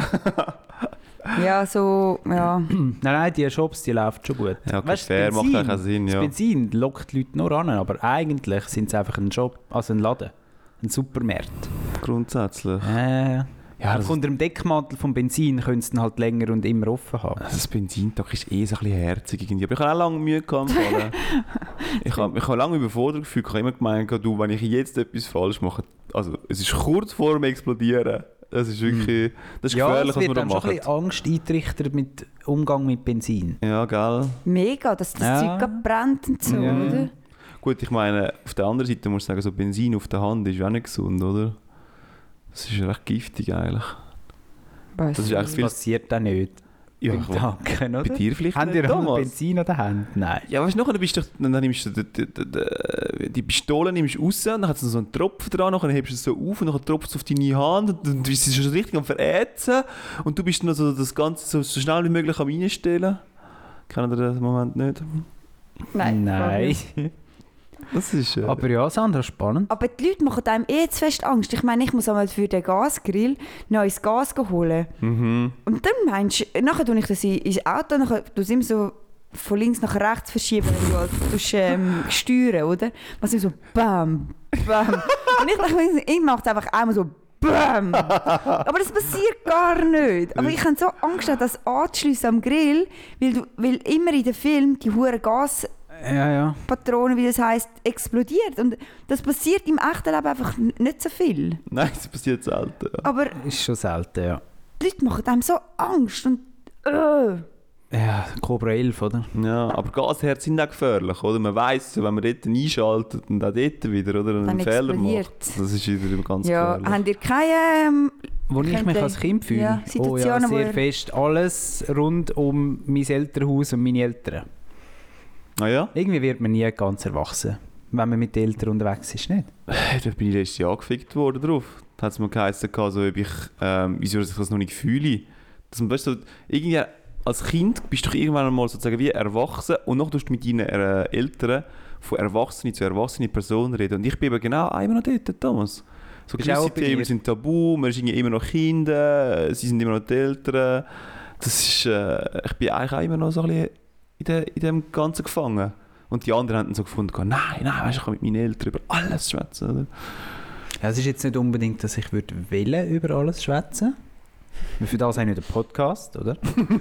Ja, so, ja. nein, nein, die Shops, die laufen schon gut. Ja, okay, Weißt du, fair, das macht Benzin- eigentlich auch Sinn, ja. Das Benzin lockt die Leute nur an, aber eigentlich sind es einfach ein Shop, also ein Laden, ein Supermarkt. Grundsätzlich. Äh, Ja, ja, das- unter dem Deckmantel vom Benzin können sie dann halt länger und immer offen haben. Also das Benzintag ist eh so ein bisschen herzig irgendwie. Aber ich habe auch lange Mühe gehabt. im Fall. ich habe ich habe lange überfordert gefühlt. Ich habe immer gemeint, du, wenn ich jetzt etwas falsch mache, also es ist kurz vor dem Explodieren. Das ist wirklich, das ist Ja, gefährlich, es was wir wird da dann schon ein machen. bisschen Angst eintrichtert mit Umgang mit Benzin. Ja, gell. Mega, dass das Ja. Zeug gerade brennt und so, Ja. oder? Gut, ich meine, auf der anderen Seite muss ich sagen, so Benzin auf der Hand ist auch nicht gesund, oder? Das ist recht giftig eigentlich. Weiss Das ist ich echt Das viel... passiert dann nicht. Ja, beim ich- Tanken, oder? bei dir vielleicht Habt nicht, ihr auch Thomas? Benzin an der Hand? Nein. Ja, weißt du, nachher bist du, doch- dann nimmst du die, die, die, die, die Pistole nimmst du raus, dann hat es so einen Tropfen dran, dann hebst du es so auf und dann tropft es auf deine Hand und dann bist du schon richtig am Verätzen und du bist dann so das Ganze so, so schnell wie möglich am Reinstellen. Kennt ihr den Moment nicht? Nein. Nein. Das ist... Äh, Aber ja, Sandra, spannend. Aber die Leute machen einem eh zu fest Angst. Ich meine, ich muss einmal für den Gasgrill neues Gas holen. mhm. Und dann meinst du, nachher tue ich das in- ins Auto, nachher tue ich es immer so von links nach rechts verschieben, wenn du halt tust, ähm, steuern, oder? Was so BAM, BAM. Und ich dachte, ich mache es einfach einmal so BAM. Aber das passiert gar nicht. Aber ich habe so Angst, das anzuschliessen am Grill, weil, du, weil immer in den Film die hure Gaspatronen, Ja, ja. wie das heisst, explodiert. Und das passiert im echten Leben einfach n- nicht so viel. Nein, das passiert selten. Ja. Aber Ist schon selten, ja. die Leute machen einem so Angst und äh. Ja, Cobra elf, oder? Ja, aber Gasherzen sind auch gefährlich, oder? Man weiss, wenn man dort einschaltet und auch dort wieder, oder? Einen Dann Fehler explodiert. macht. Das ist wieder ganz Ja, gefährlich. habt ihr keine... Ähm, Wo ich mich Könnte- als Kind fühle? ja, oh ja, Situationen, wo sehr ihr- fest. Alles rund um mein Elternhaus und meine Eltern. Ah ja? Irgendwie wird man nie ganz erwachsen, wenn man mit den Eltern unterwegs ist, nicht? Da bin ich letztes Jahr angefickt worden drauf. Da hat es mir geheißen, so, ob ich, ähm, wieso ich das noch nicht fühle. Dass man, weißt du, irgendwie als Kind bist du doch irgendwann einmal sozusagen wie erwachsen und noch tust du mit deinen äh, Eltern von Erwachsenen zu erwachsenen Personen reden. Und ich bin eben genau immer noch dort, Thomas. So Bist auch gewisse bei Themen dir? sind tabu, man ist irgendwie immer noch Kinder, sie sind immer noch die Eltern. Das ist, äh, ich bin eigentlich auch immer noch so ein bisschen in, de, in dem Ganzen gefangen. Und die anderen haben dann so gefunden, nein, nein, weißt, ich kann mit meinen Eltern über alles schwätzen. Oder? Ja, es ist jetzt nicht unbedingt, dass ich würde wollen über alles schwätzen. Für das habe ich nicht einen Podcast, oder?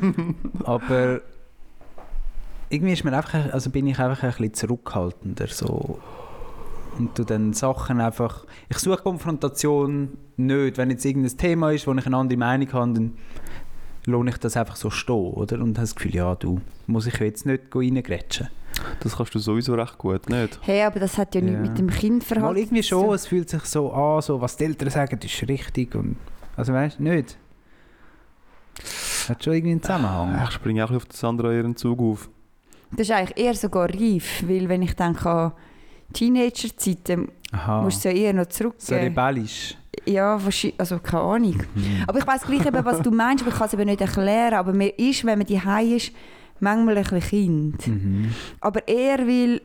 Aber irgendwie ist mir einfach, also bin ich einfach ein bisschen zurückhaltender. So. Und du dann Sachen einfach... Ich suche Konfrontation nicht. Wenn jetzt irgendein Thema ist, wo ich eine andere Meinung habe, dann lohne ich das einfach so stehen, oder? Und habe das Gefühl, ja, du, muss ich jetzt nicht reingrätschen. Das kannst du sowieso recht gut, nicht? hey, aber das hat ja nichts Ja. mit dem Kindverhalten Mal irgendwie zu schon, tun. es fühlt sich so an, so, was die Eltern sagen, ist richtig. Und, also weißt du, nicht. Hat schon irgendwie einen Zusammenhang. Ich springe auch ein bisschen auf den Sandra ihren Zug auf. Das ist eigentlich eher sogar reif, weil wenn ich denke an Teenager-Zeiten, Aha. musst du es ja eher noch So zurückgeben. rebellisch. Ja, wahrscheinlich, also keine Ahnung. Mhm. Aber ich weiss gleich eben, was du meinst, aber ich kann es eben nicht erklären. Aber mir ist, wenn man daheim ist, manchmal ein bisschen Kind. Mhm. Aber eher, weil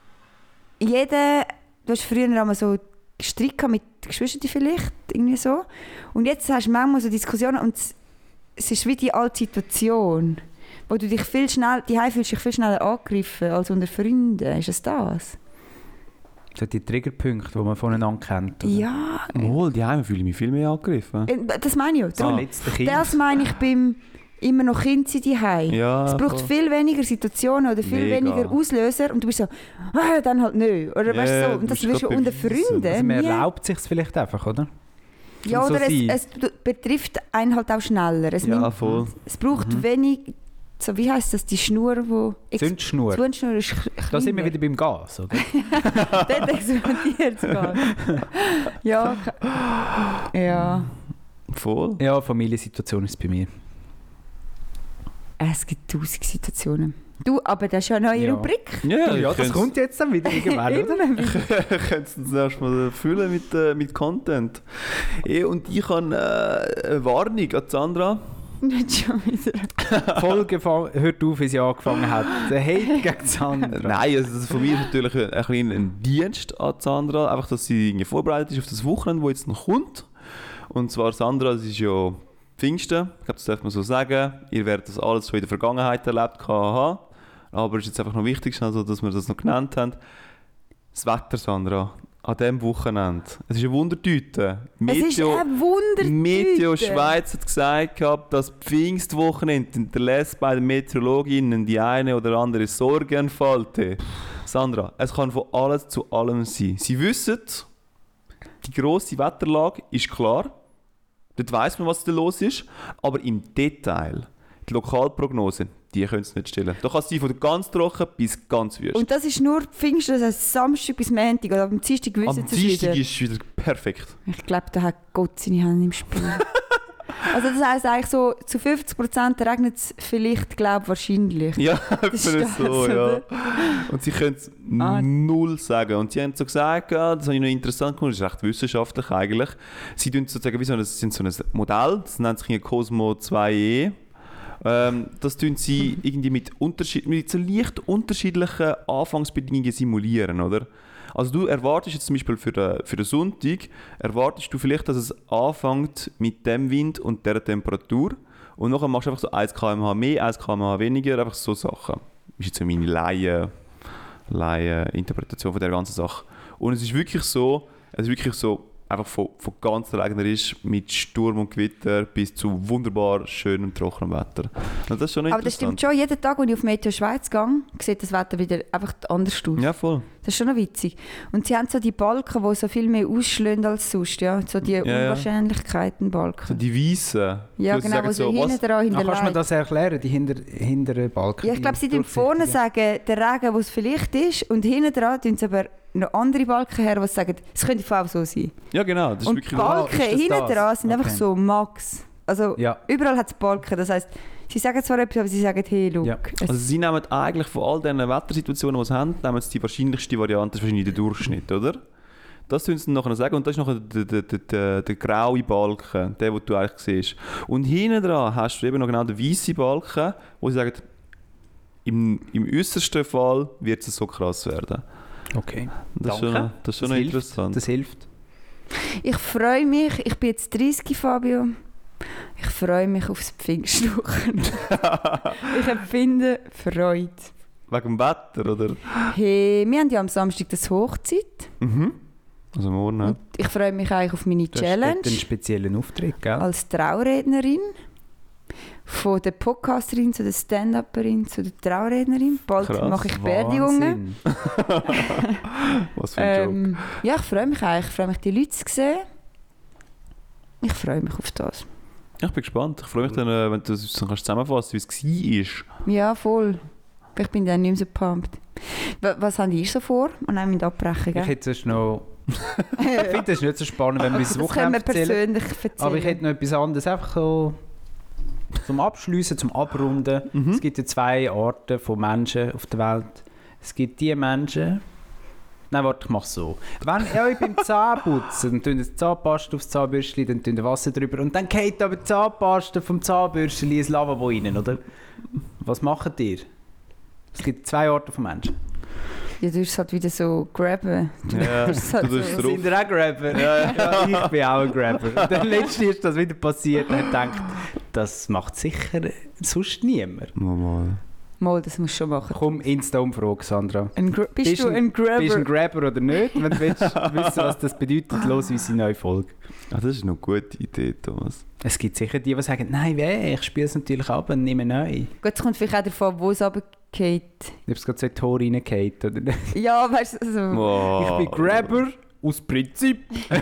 jeder, du hast früher einmal so Streit gehabt mit Geschwistern vielleicht, irgendwie so. Und jetzt hast du manchmal so Diskussionen und es, es ist wie die alte Situation, wo du dich viel schnell, daheim fühlst dich viel schneller angegriffen als unter Freunden. Ist es das? So die Triggerpunkte, die man voneinander kennt. Oder? Ja, Wohl, die Heime fühle ich mich viel mehr angegriffen. äh, das meine ich ja. Das Darum- letzte Kind. Das meine ich beim immer noch Kind sein daheim. Ja, Es braucht voll. viel weniger Situationen oder viel Mega. weniger Auslöser und du bist so, ah, dann halt nicht. Oder Ja, weißt du so, du und das musst wirst du grad unter beweisen. Freunden. Also man nie. erlaubt sich es vielleicht einfach, oder? Ja, Zum so oder sein. es, es betrifft einen halt auch schneller. Es, Ja, nimmt, voll. es braucht Mhm. wenig, so wie heisst das, die Schnur, wo Zündschnur. Zündschnur ist k- Da sind wir kleiner. wieder beim Gas, oder? Dort explodiert es gar. Ja, ke- ja. Voll. Ja, Familiensituation ist es bei mir. Es gibt tausend Situationen. Du, aber das ist ja eine neue Ja. Rubrik. Ja, Ja, das kommt jetzt dann wieder irgendwann, oder? Immer wieder. Könntest du das erstmal füllen mit, äh, mit Content. Eh, und ich habe äh, eine Warnung an Sandra. Nicht schon wieder. Die Folge fa- hört auf, wie sie angefangen hat. Der Hate gegen Sandra. Nein, also das von mir ist natürlich ein, ein, bisschen ein Dienst an Sandra. Einfach, dass sie irgendwie vorbereitet ist auf das Wochenende, das jetzt noch kommt. Und zwar Sandra, das ist ja Pfingsten. Ich glaube, das darf man so sagen. Ihr werdet das alles schon in der Vergangenheit erlebt haben. Aber es ist jetzt einfach noch wichtig, also, dass wir das noch genannt haben. Das Wetter, Sandra, an diesem Wochenende. Es ist eine Wundertüte. Es ist eine Wundertüte. Meteo Schweiz hat gesagt, gehabt, dass Pfingstwochenende hinterlässt bei den Meteorologinnen die eine oder andere Sorge entfalten. Sandra, es kann von alles zu allem sein. Sie wissen, die grosse Wetterlage ist klar. Dort weiss man, was da los ist. Aber im Detail, die Lokalprognose, die können es nicht stellen. Da kann es sein von ganz trocken bis ganz wüst. Und das ist nur Pfingsten, das heisst Samstag bis Montag. Oder am Dienstag wissen Am sie es wieder. Dienstag ist es wieder perfekt. Ich glaube, da hat Gott seine Hände im Spiel. Also das heisst eigentlich so, zu fünfzig Prozent regnet es vielleicht, glaube wahrscheinlich. Ja, ist für das, so, ja. oder? Und sie können es Ah. null sagen. Und sie haben so gesagt, ja, das habe ich noch interessant gefunden, das ist recht wissenschaftlich eigentlich. Sie tun sozusagen wie so ein, sind so ein Modell, das nennt sich hier Cosmo zwei e. Ähm, das tun sie irgendwie mit, Unterschied, mit so leicht unterschiedlichen Anfangsbedingungen simulieren, oder? Also du erwartest jetzt zum Beispiel für den, für den Sonntag, erwartest du vielleicht, dass es anfängt mit dem Wind und der Temperatur und nachher machst du einfach so eins Kilometer pro Stunde mehr, eins Kilometer pro Stunde weniger, einfach so Sachen. Das ist jetzt so meine Laien, Laien-Interpretation von der ganzen Sache. Und es ist wirklich so, es ist wirklich so, einfach von, von ganz regnerisch mit Sturm und Gewitter bis zu wunderbar schönem, trockenem Wetter. Und das ist schon Aber das interessant. stimmt schon, jeden Tag, als ich auf Meteo Schweiz gehe, sieht das Wetter wieder einfach anders aus. Ja, voll. Das ist schon noch witzig. Und sie haben so die Balken, die so viel mehr ausschlagen als sonst, ja? So die ja. Unwahrscheinlichkeiten-Balken. So die Weißen. Ja, genau, wo so hinten dran Ah, hinterlegt. kannst du mir das erklären, die hinter, hinteren Balken? Ja, ich glaube, sie tun durchsichtigen? vorne sagen, der Regen, der es vielleicht ist, und hinten dran tun sie aber noch andere Balken her, die sagen, es könnte auch so sein. Ja, genau. Das ist Und wirklich die Balken Ah, ist das hinten das? dran sind einfach Okay. so Max. Also Ja. überall hat es Balken. Das heisst, sie sagen zwar etwas, aber sie sagen, hey, look. Ja. Es, Also sie nehmen eigentlich von all diesen Wettersituationen, die sie haben, nehmen sie die wahrscheinlichste Variante, das ist wahrscheinlich der Durchschnitt, oder? Das tun sie nachher sagen und das ist nachher der, der, der, der, der graue Balken, der, den du eigentlich siehst. Und hinten dran hast du eben noch genau den weißen Balken, wo sie sagen, im, im äußersten Fall wird es so krass werden. Okay. Das ist Danke. schon, das ist schon noch hilft. interessant. Das hilft. ich freue mich, ich bin jetzt dreißig, Fabio. Ich freue mich aufs Pfingstwochenende. Ich empfinde Freude. Wegen dem Wetter, oder? Hey, wir haben ja am Samstag das Hochzeit. Mhm. Also morgen, ja. Und ich freue mich eigentlich auf meine Du hast Challenge dort einen speziellen Auftritt, gell? als Traurednerin. Von der Podcasterin zu der Stand-Upperin zu der Traurednerin. Bald Krass. mache ich Beerdigungen. Wahnsinn. Was für ein Joke. Ähm, ja, ich freue mich eigentlich. Ich freue mich, die Leute zu sehen. Ich freue mich auf das. Ja, ich bin gespannt. Ich freue mich dann, äh, wenn du das dann kannst zusammenfassen kannst, wie es war. Ja, voll. Ich bin dann nicht mehr so pumped. W- Was habt ihr so vor? Und dann müssen wir abbrechen, Ich gell? hätte sonst noch... ich finde das nicht so spannend, wenn wir uns Das können Wochenende wir erzählen. persönlich erzählen. Aber ich hätte noch etwas anderes, einfach so zum Abschliessen, zum Abrunden. Mhm. Es gibt ja zwei Arten von Menschen auf der Welt. Es gibt die Menschen... Nein, warte, ich mache so. Wenn ihr euch beim Zahnputzen, dann tun ihr Zahnpasta aufs Zahnbürstchen, dann tun ihr Wasser drüber und dann geht aber die Zahnpasta vom Zahnbürstchen ins Lavabo rein, oder? Was macht ihr? Es gibt zwei Arten von Menschen. Ja, du musst halt wieder so grabben. Du Ja, musst halt du tust so- drauf. Sind ihr auch Grabber? Ja, ja. Ich bin auch ein Grabber. Und dann letztens ist das wieder passiert und ich dachte, das macht sicher sonst niemand. Normal. Mal, das musst du schon machen. Komm, Insta-Umfrage, Sandra. Ein Gra- bist, Bist du ein- ein Grabber? Bist du ein Grabber oder nicht? Wenn du willst wissen, was das bedeutet, los unsere neue Folge. Ach, das ist eine gute Idee, Thomas. Es gibt sicher die, die sagen, nein, weh, ich spiele es natürlich ab und nehme neu. Gut, es kommt vielleicht auch davon, wo es runtergeht. Ob es gerade so in die Tore reingeht oder nicht. Ja, weißt du, also, Wow. Ich bin Grabber aus Prinzip.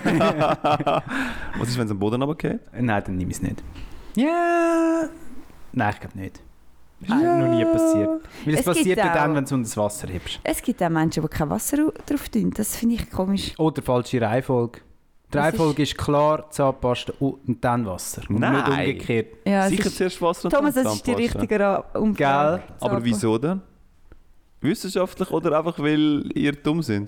Was ist, wenn es am Boden runtergeht? Nein, dann nehme ich es nicht. Ja. Nein, ich glaube nicht. Das ist noch nie passiert. Weil es, Es passiert gibt ja dann, auch- wenn du unter das Wasser hebst. es gibt auch Menschen, die kein Wasser ru- drauf tun. Das finde ich komisch. Oder falsche Reihenfolge. Die Das Reihenfolge ist klar, Zahnpasta und dann Wasser. Und Nein. nicht umgekehrt. Ja, es Sicher ist, zuerst Wasser und Thomas, dann das ist die Zahnpasta. richtige Umfrage. Gell? Aber wieso denn? Wissenschaftlich oder einfach, weil ihr dumm sind?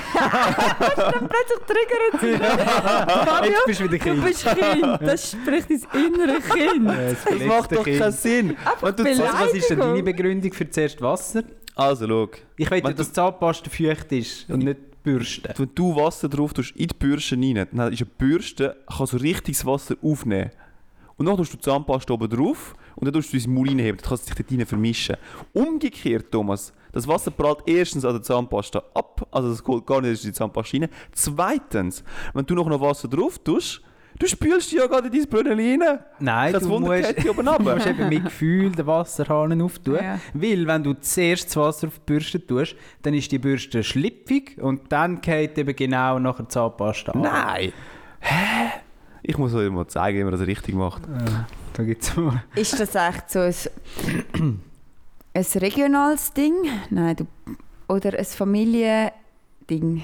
Plötzlich triggert sie. Jetzt bist du wieder Du Kind. bist Kind. Das spricht ins innere Kind. Das macht doch keinen Sinn. Einfach du- Also, was ist denn deine Beleidigung. Begründung für zuerst Wasser? Also, schau. Ich will ja, Wenn dass Zahnpasta feucht ist und nicht Bürste. Wenn du Wasser drauf tust, in die Bürste rein, dann ist eine Bürste, kann so richtiges Wasser aufnehmen. Und dann tust du die Zahnpasta oben drauf und dann tust du ins Maul reinheben, dann kann es sich dort rein vermischen. Umgekehrt, Thomas, das Wasser prallt erstens an der Zahnpasta ab, also es geht gar nicht erst in die Zahnpasta rein. Zweitens, wenn du noch noch Wasser drauf tust, du spülst ja gerade in dein Brünneli rein. Nein, Das du Wunder musst, geht hier oben du runter. musst eben mit Gefühl den Wasserhahn auftun. Ja. Weil, wenn du zuerst das Wasser auf die Bürste tust, dann ist die Bürste schlüpfig und dann geht eben genau nach der Zahnpasta an. Nein! Hä? Ich muss euch mal zeigen, wie man das richtig macht. Da gibt's mal. Ist das echt so ein, ein regionales Ding? Nein, du, oder ein Familiending?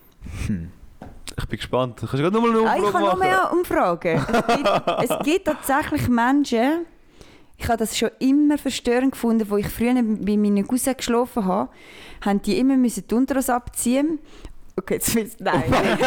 Ich bin gespannt. Kannst du gerade nochmal eine Ah, ich Umfrage kann noch machen? mehr Umfragen. Es gibt, es gibt tatsächlich Menschen, ich habe das schon immer verstörend gefunden, wo ich früher bei meinen Cousins geschlafen habe, haben die immer müssen die Unterhose abziehen Okay, jetzt wisst nein.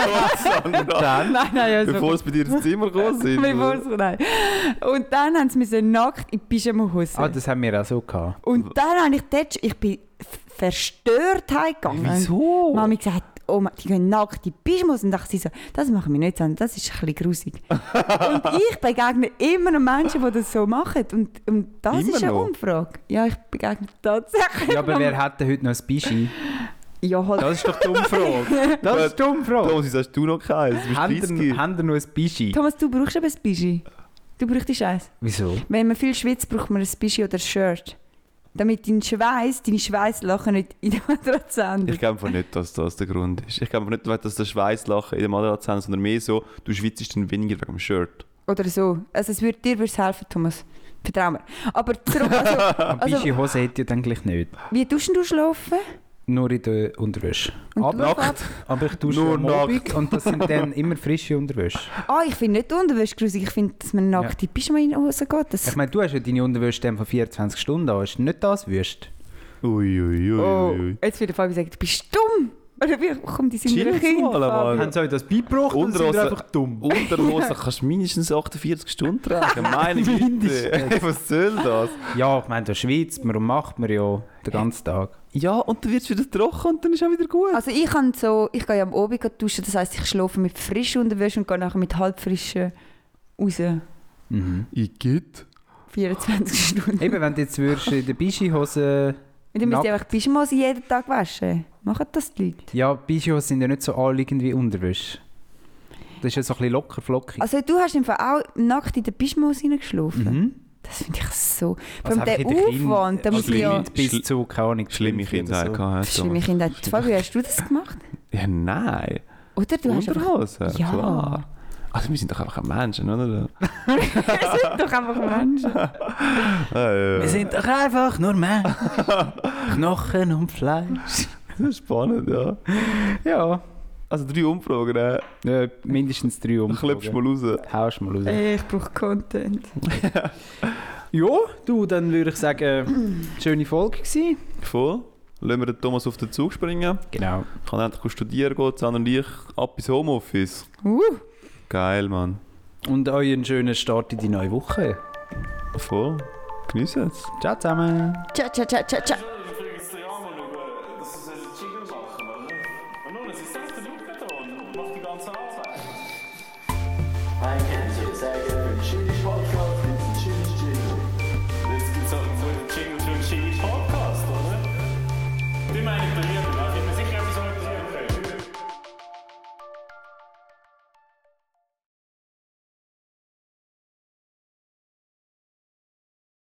Dann? nein, nein, also, Bevor es bei dir ins Zimmer gekommen sind. Bevor es, nein. Und dann haben sie mich nackt in Pyjama-Hose. Ah, das haben wir auch so gehabt. Und dann habe ich dort, ich bin f- verstört heimgegangen. Wieso? Mami gesagt, oh, ma- die gehen nackt in Pyjama-Hose. Und dachte sie so, das machen wir nicht, sondern das ist ein bisschen grusig. Und ich begegne immer noch Menschen, die das so machen. Und, und das Immer ist eine noch? Umfrage. Ja, ich begegne tatsächlich. Ja, aber wer hat denn heute noch ein Bischi? Ja, halt. Das ist doch die Umfrage. Das ist die Umfrage. Thomas, hast du noch keins? Du bist Haben dreißig. ihr haben ihr noch ein Bischi? Thomas, du brauchst aber ein Bischi. Du brauchst eins. Wieso? Wenn man viel schwitzt, braucht man ein Bischi oder ein Shirt. Damit dein Schweiß, deine Schweißlachen nicht in der Matratze enden. Ich glaube einfach nicht, dass das der Grund ist. Ich glaube nicht, dass der Schweißlachen in der Matratze haben, sondern mehr so, du schwitzt dann weniger wegen dem Shirt. Oder so. Also es würde dir würd's helfen, Thomas. Vertrau mir. Aber zurück, also, Eine also Bischi-Hose hätte ich dann gleich nicht. wie tust du schlafen? Nur in der Unterwäsche. Und Aber, du, Fab? aber ich dusche Nur am Abend und das sind dann immer frische Unterwäsche. Ah, ich finde nicht die Unterwäsche grusig. Ich finde, dass man nackt in Pyjama-Hose geht. Das Ich meine, du hast ja deine Unterwäsche dann von vierundzwanzig Stunden an. Ist nicht das wüst? Ui, ui, ui, oh, ui. jetzt würde Fabi sagen, du bist dumm. Oder wie kommt die sind Chill ein jetzt Kind? mal, Mann. Haben sie euch das beigebracht oder sind Unterhose- ihr einfach dumm? Unterhose kannst du mindestens achtundvierzig Stunden tragen. Meine Güte. Was soll das? Ja, ich meine, da schwitzt man und macht man ja den ganzen Tag. Ja, und dann wird es wieder trocken und dann ist auch wieder gut. Also ich kann so, ich gehe ja am Abend duschen, das heisst, ich schlafe mit frischen Unterwäsche und gehe nachher mit halbfrischen raus. Mhm. Ich geht. vierundzwanzig Stunden. Eben, wenn du jetzt würdest in der Bischi-Hose... Und dann müsst ihr nackt- einfach die Pyjama-Hose jeden Tag waschen. Machen das die Leute? Ja, Bischi-Hosen sind ja nicht so anliegend wie Unterwäsche. Das ist ja so ein bisschen locker flockig. Also du hast im Fall auch nackt in der Pyjama-Hose hineingeschlafen? Mhm. Das finde ich so... Also Vor allem einfach der in der Kind- Aufwand, da muss also ich ja... Kind bis zu, keine Ahnung, Schlimme fünf oder Kindheit so. gehabt. Schlimme Kinder. Fabio, hast du das gemacht? Ja, nein. Oder du hast einfach... Unterhose? Ja. Klar. Also wir sind doch einfach Menschen, oder? Wir sind doch einfach Menschen. Ah, ja. Wir sind doch einfach nur Menschen. Knochen und Fleisch. Das ist spannend, ja. Ja, Also drei Umfragen, äh. äh, mindestens drei Dann klebst du Umfragen. mal raus. Haust mal raus. Ich brauche Content. Ja, du, dann würde ich sagen, schöne Folge gewesen. Voll. Lassen wir den Thomas auf den Zug springen. Genau. Kann endlich studieren gehen, Sandra und ich ab ins Homeoffice. Uh. Geil, Mann. Und euch einen schönen Start in die neue Woche. Voll. Geniessen es. Ciao zusammen. Ciao, ciao, ciao, ciao, ciao. Ich frage jetzt den Jan schauen, dass sie einen Jingle machen, oder? Und nun, es ist selbst der Luca da und macht die ganze Arbeit. Ein Kennzeichen für Chili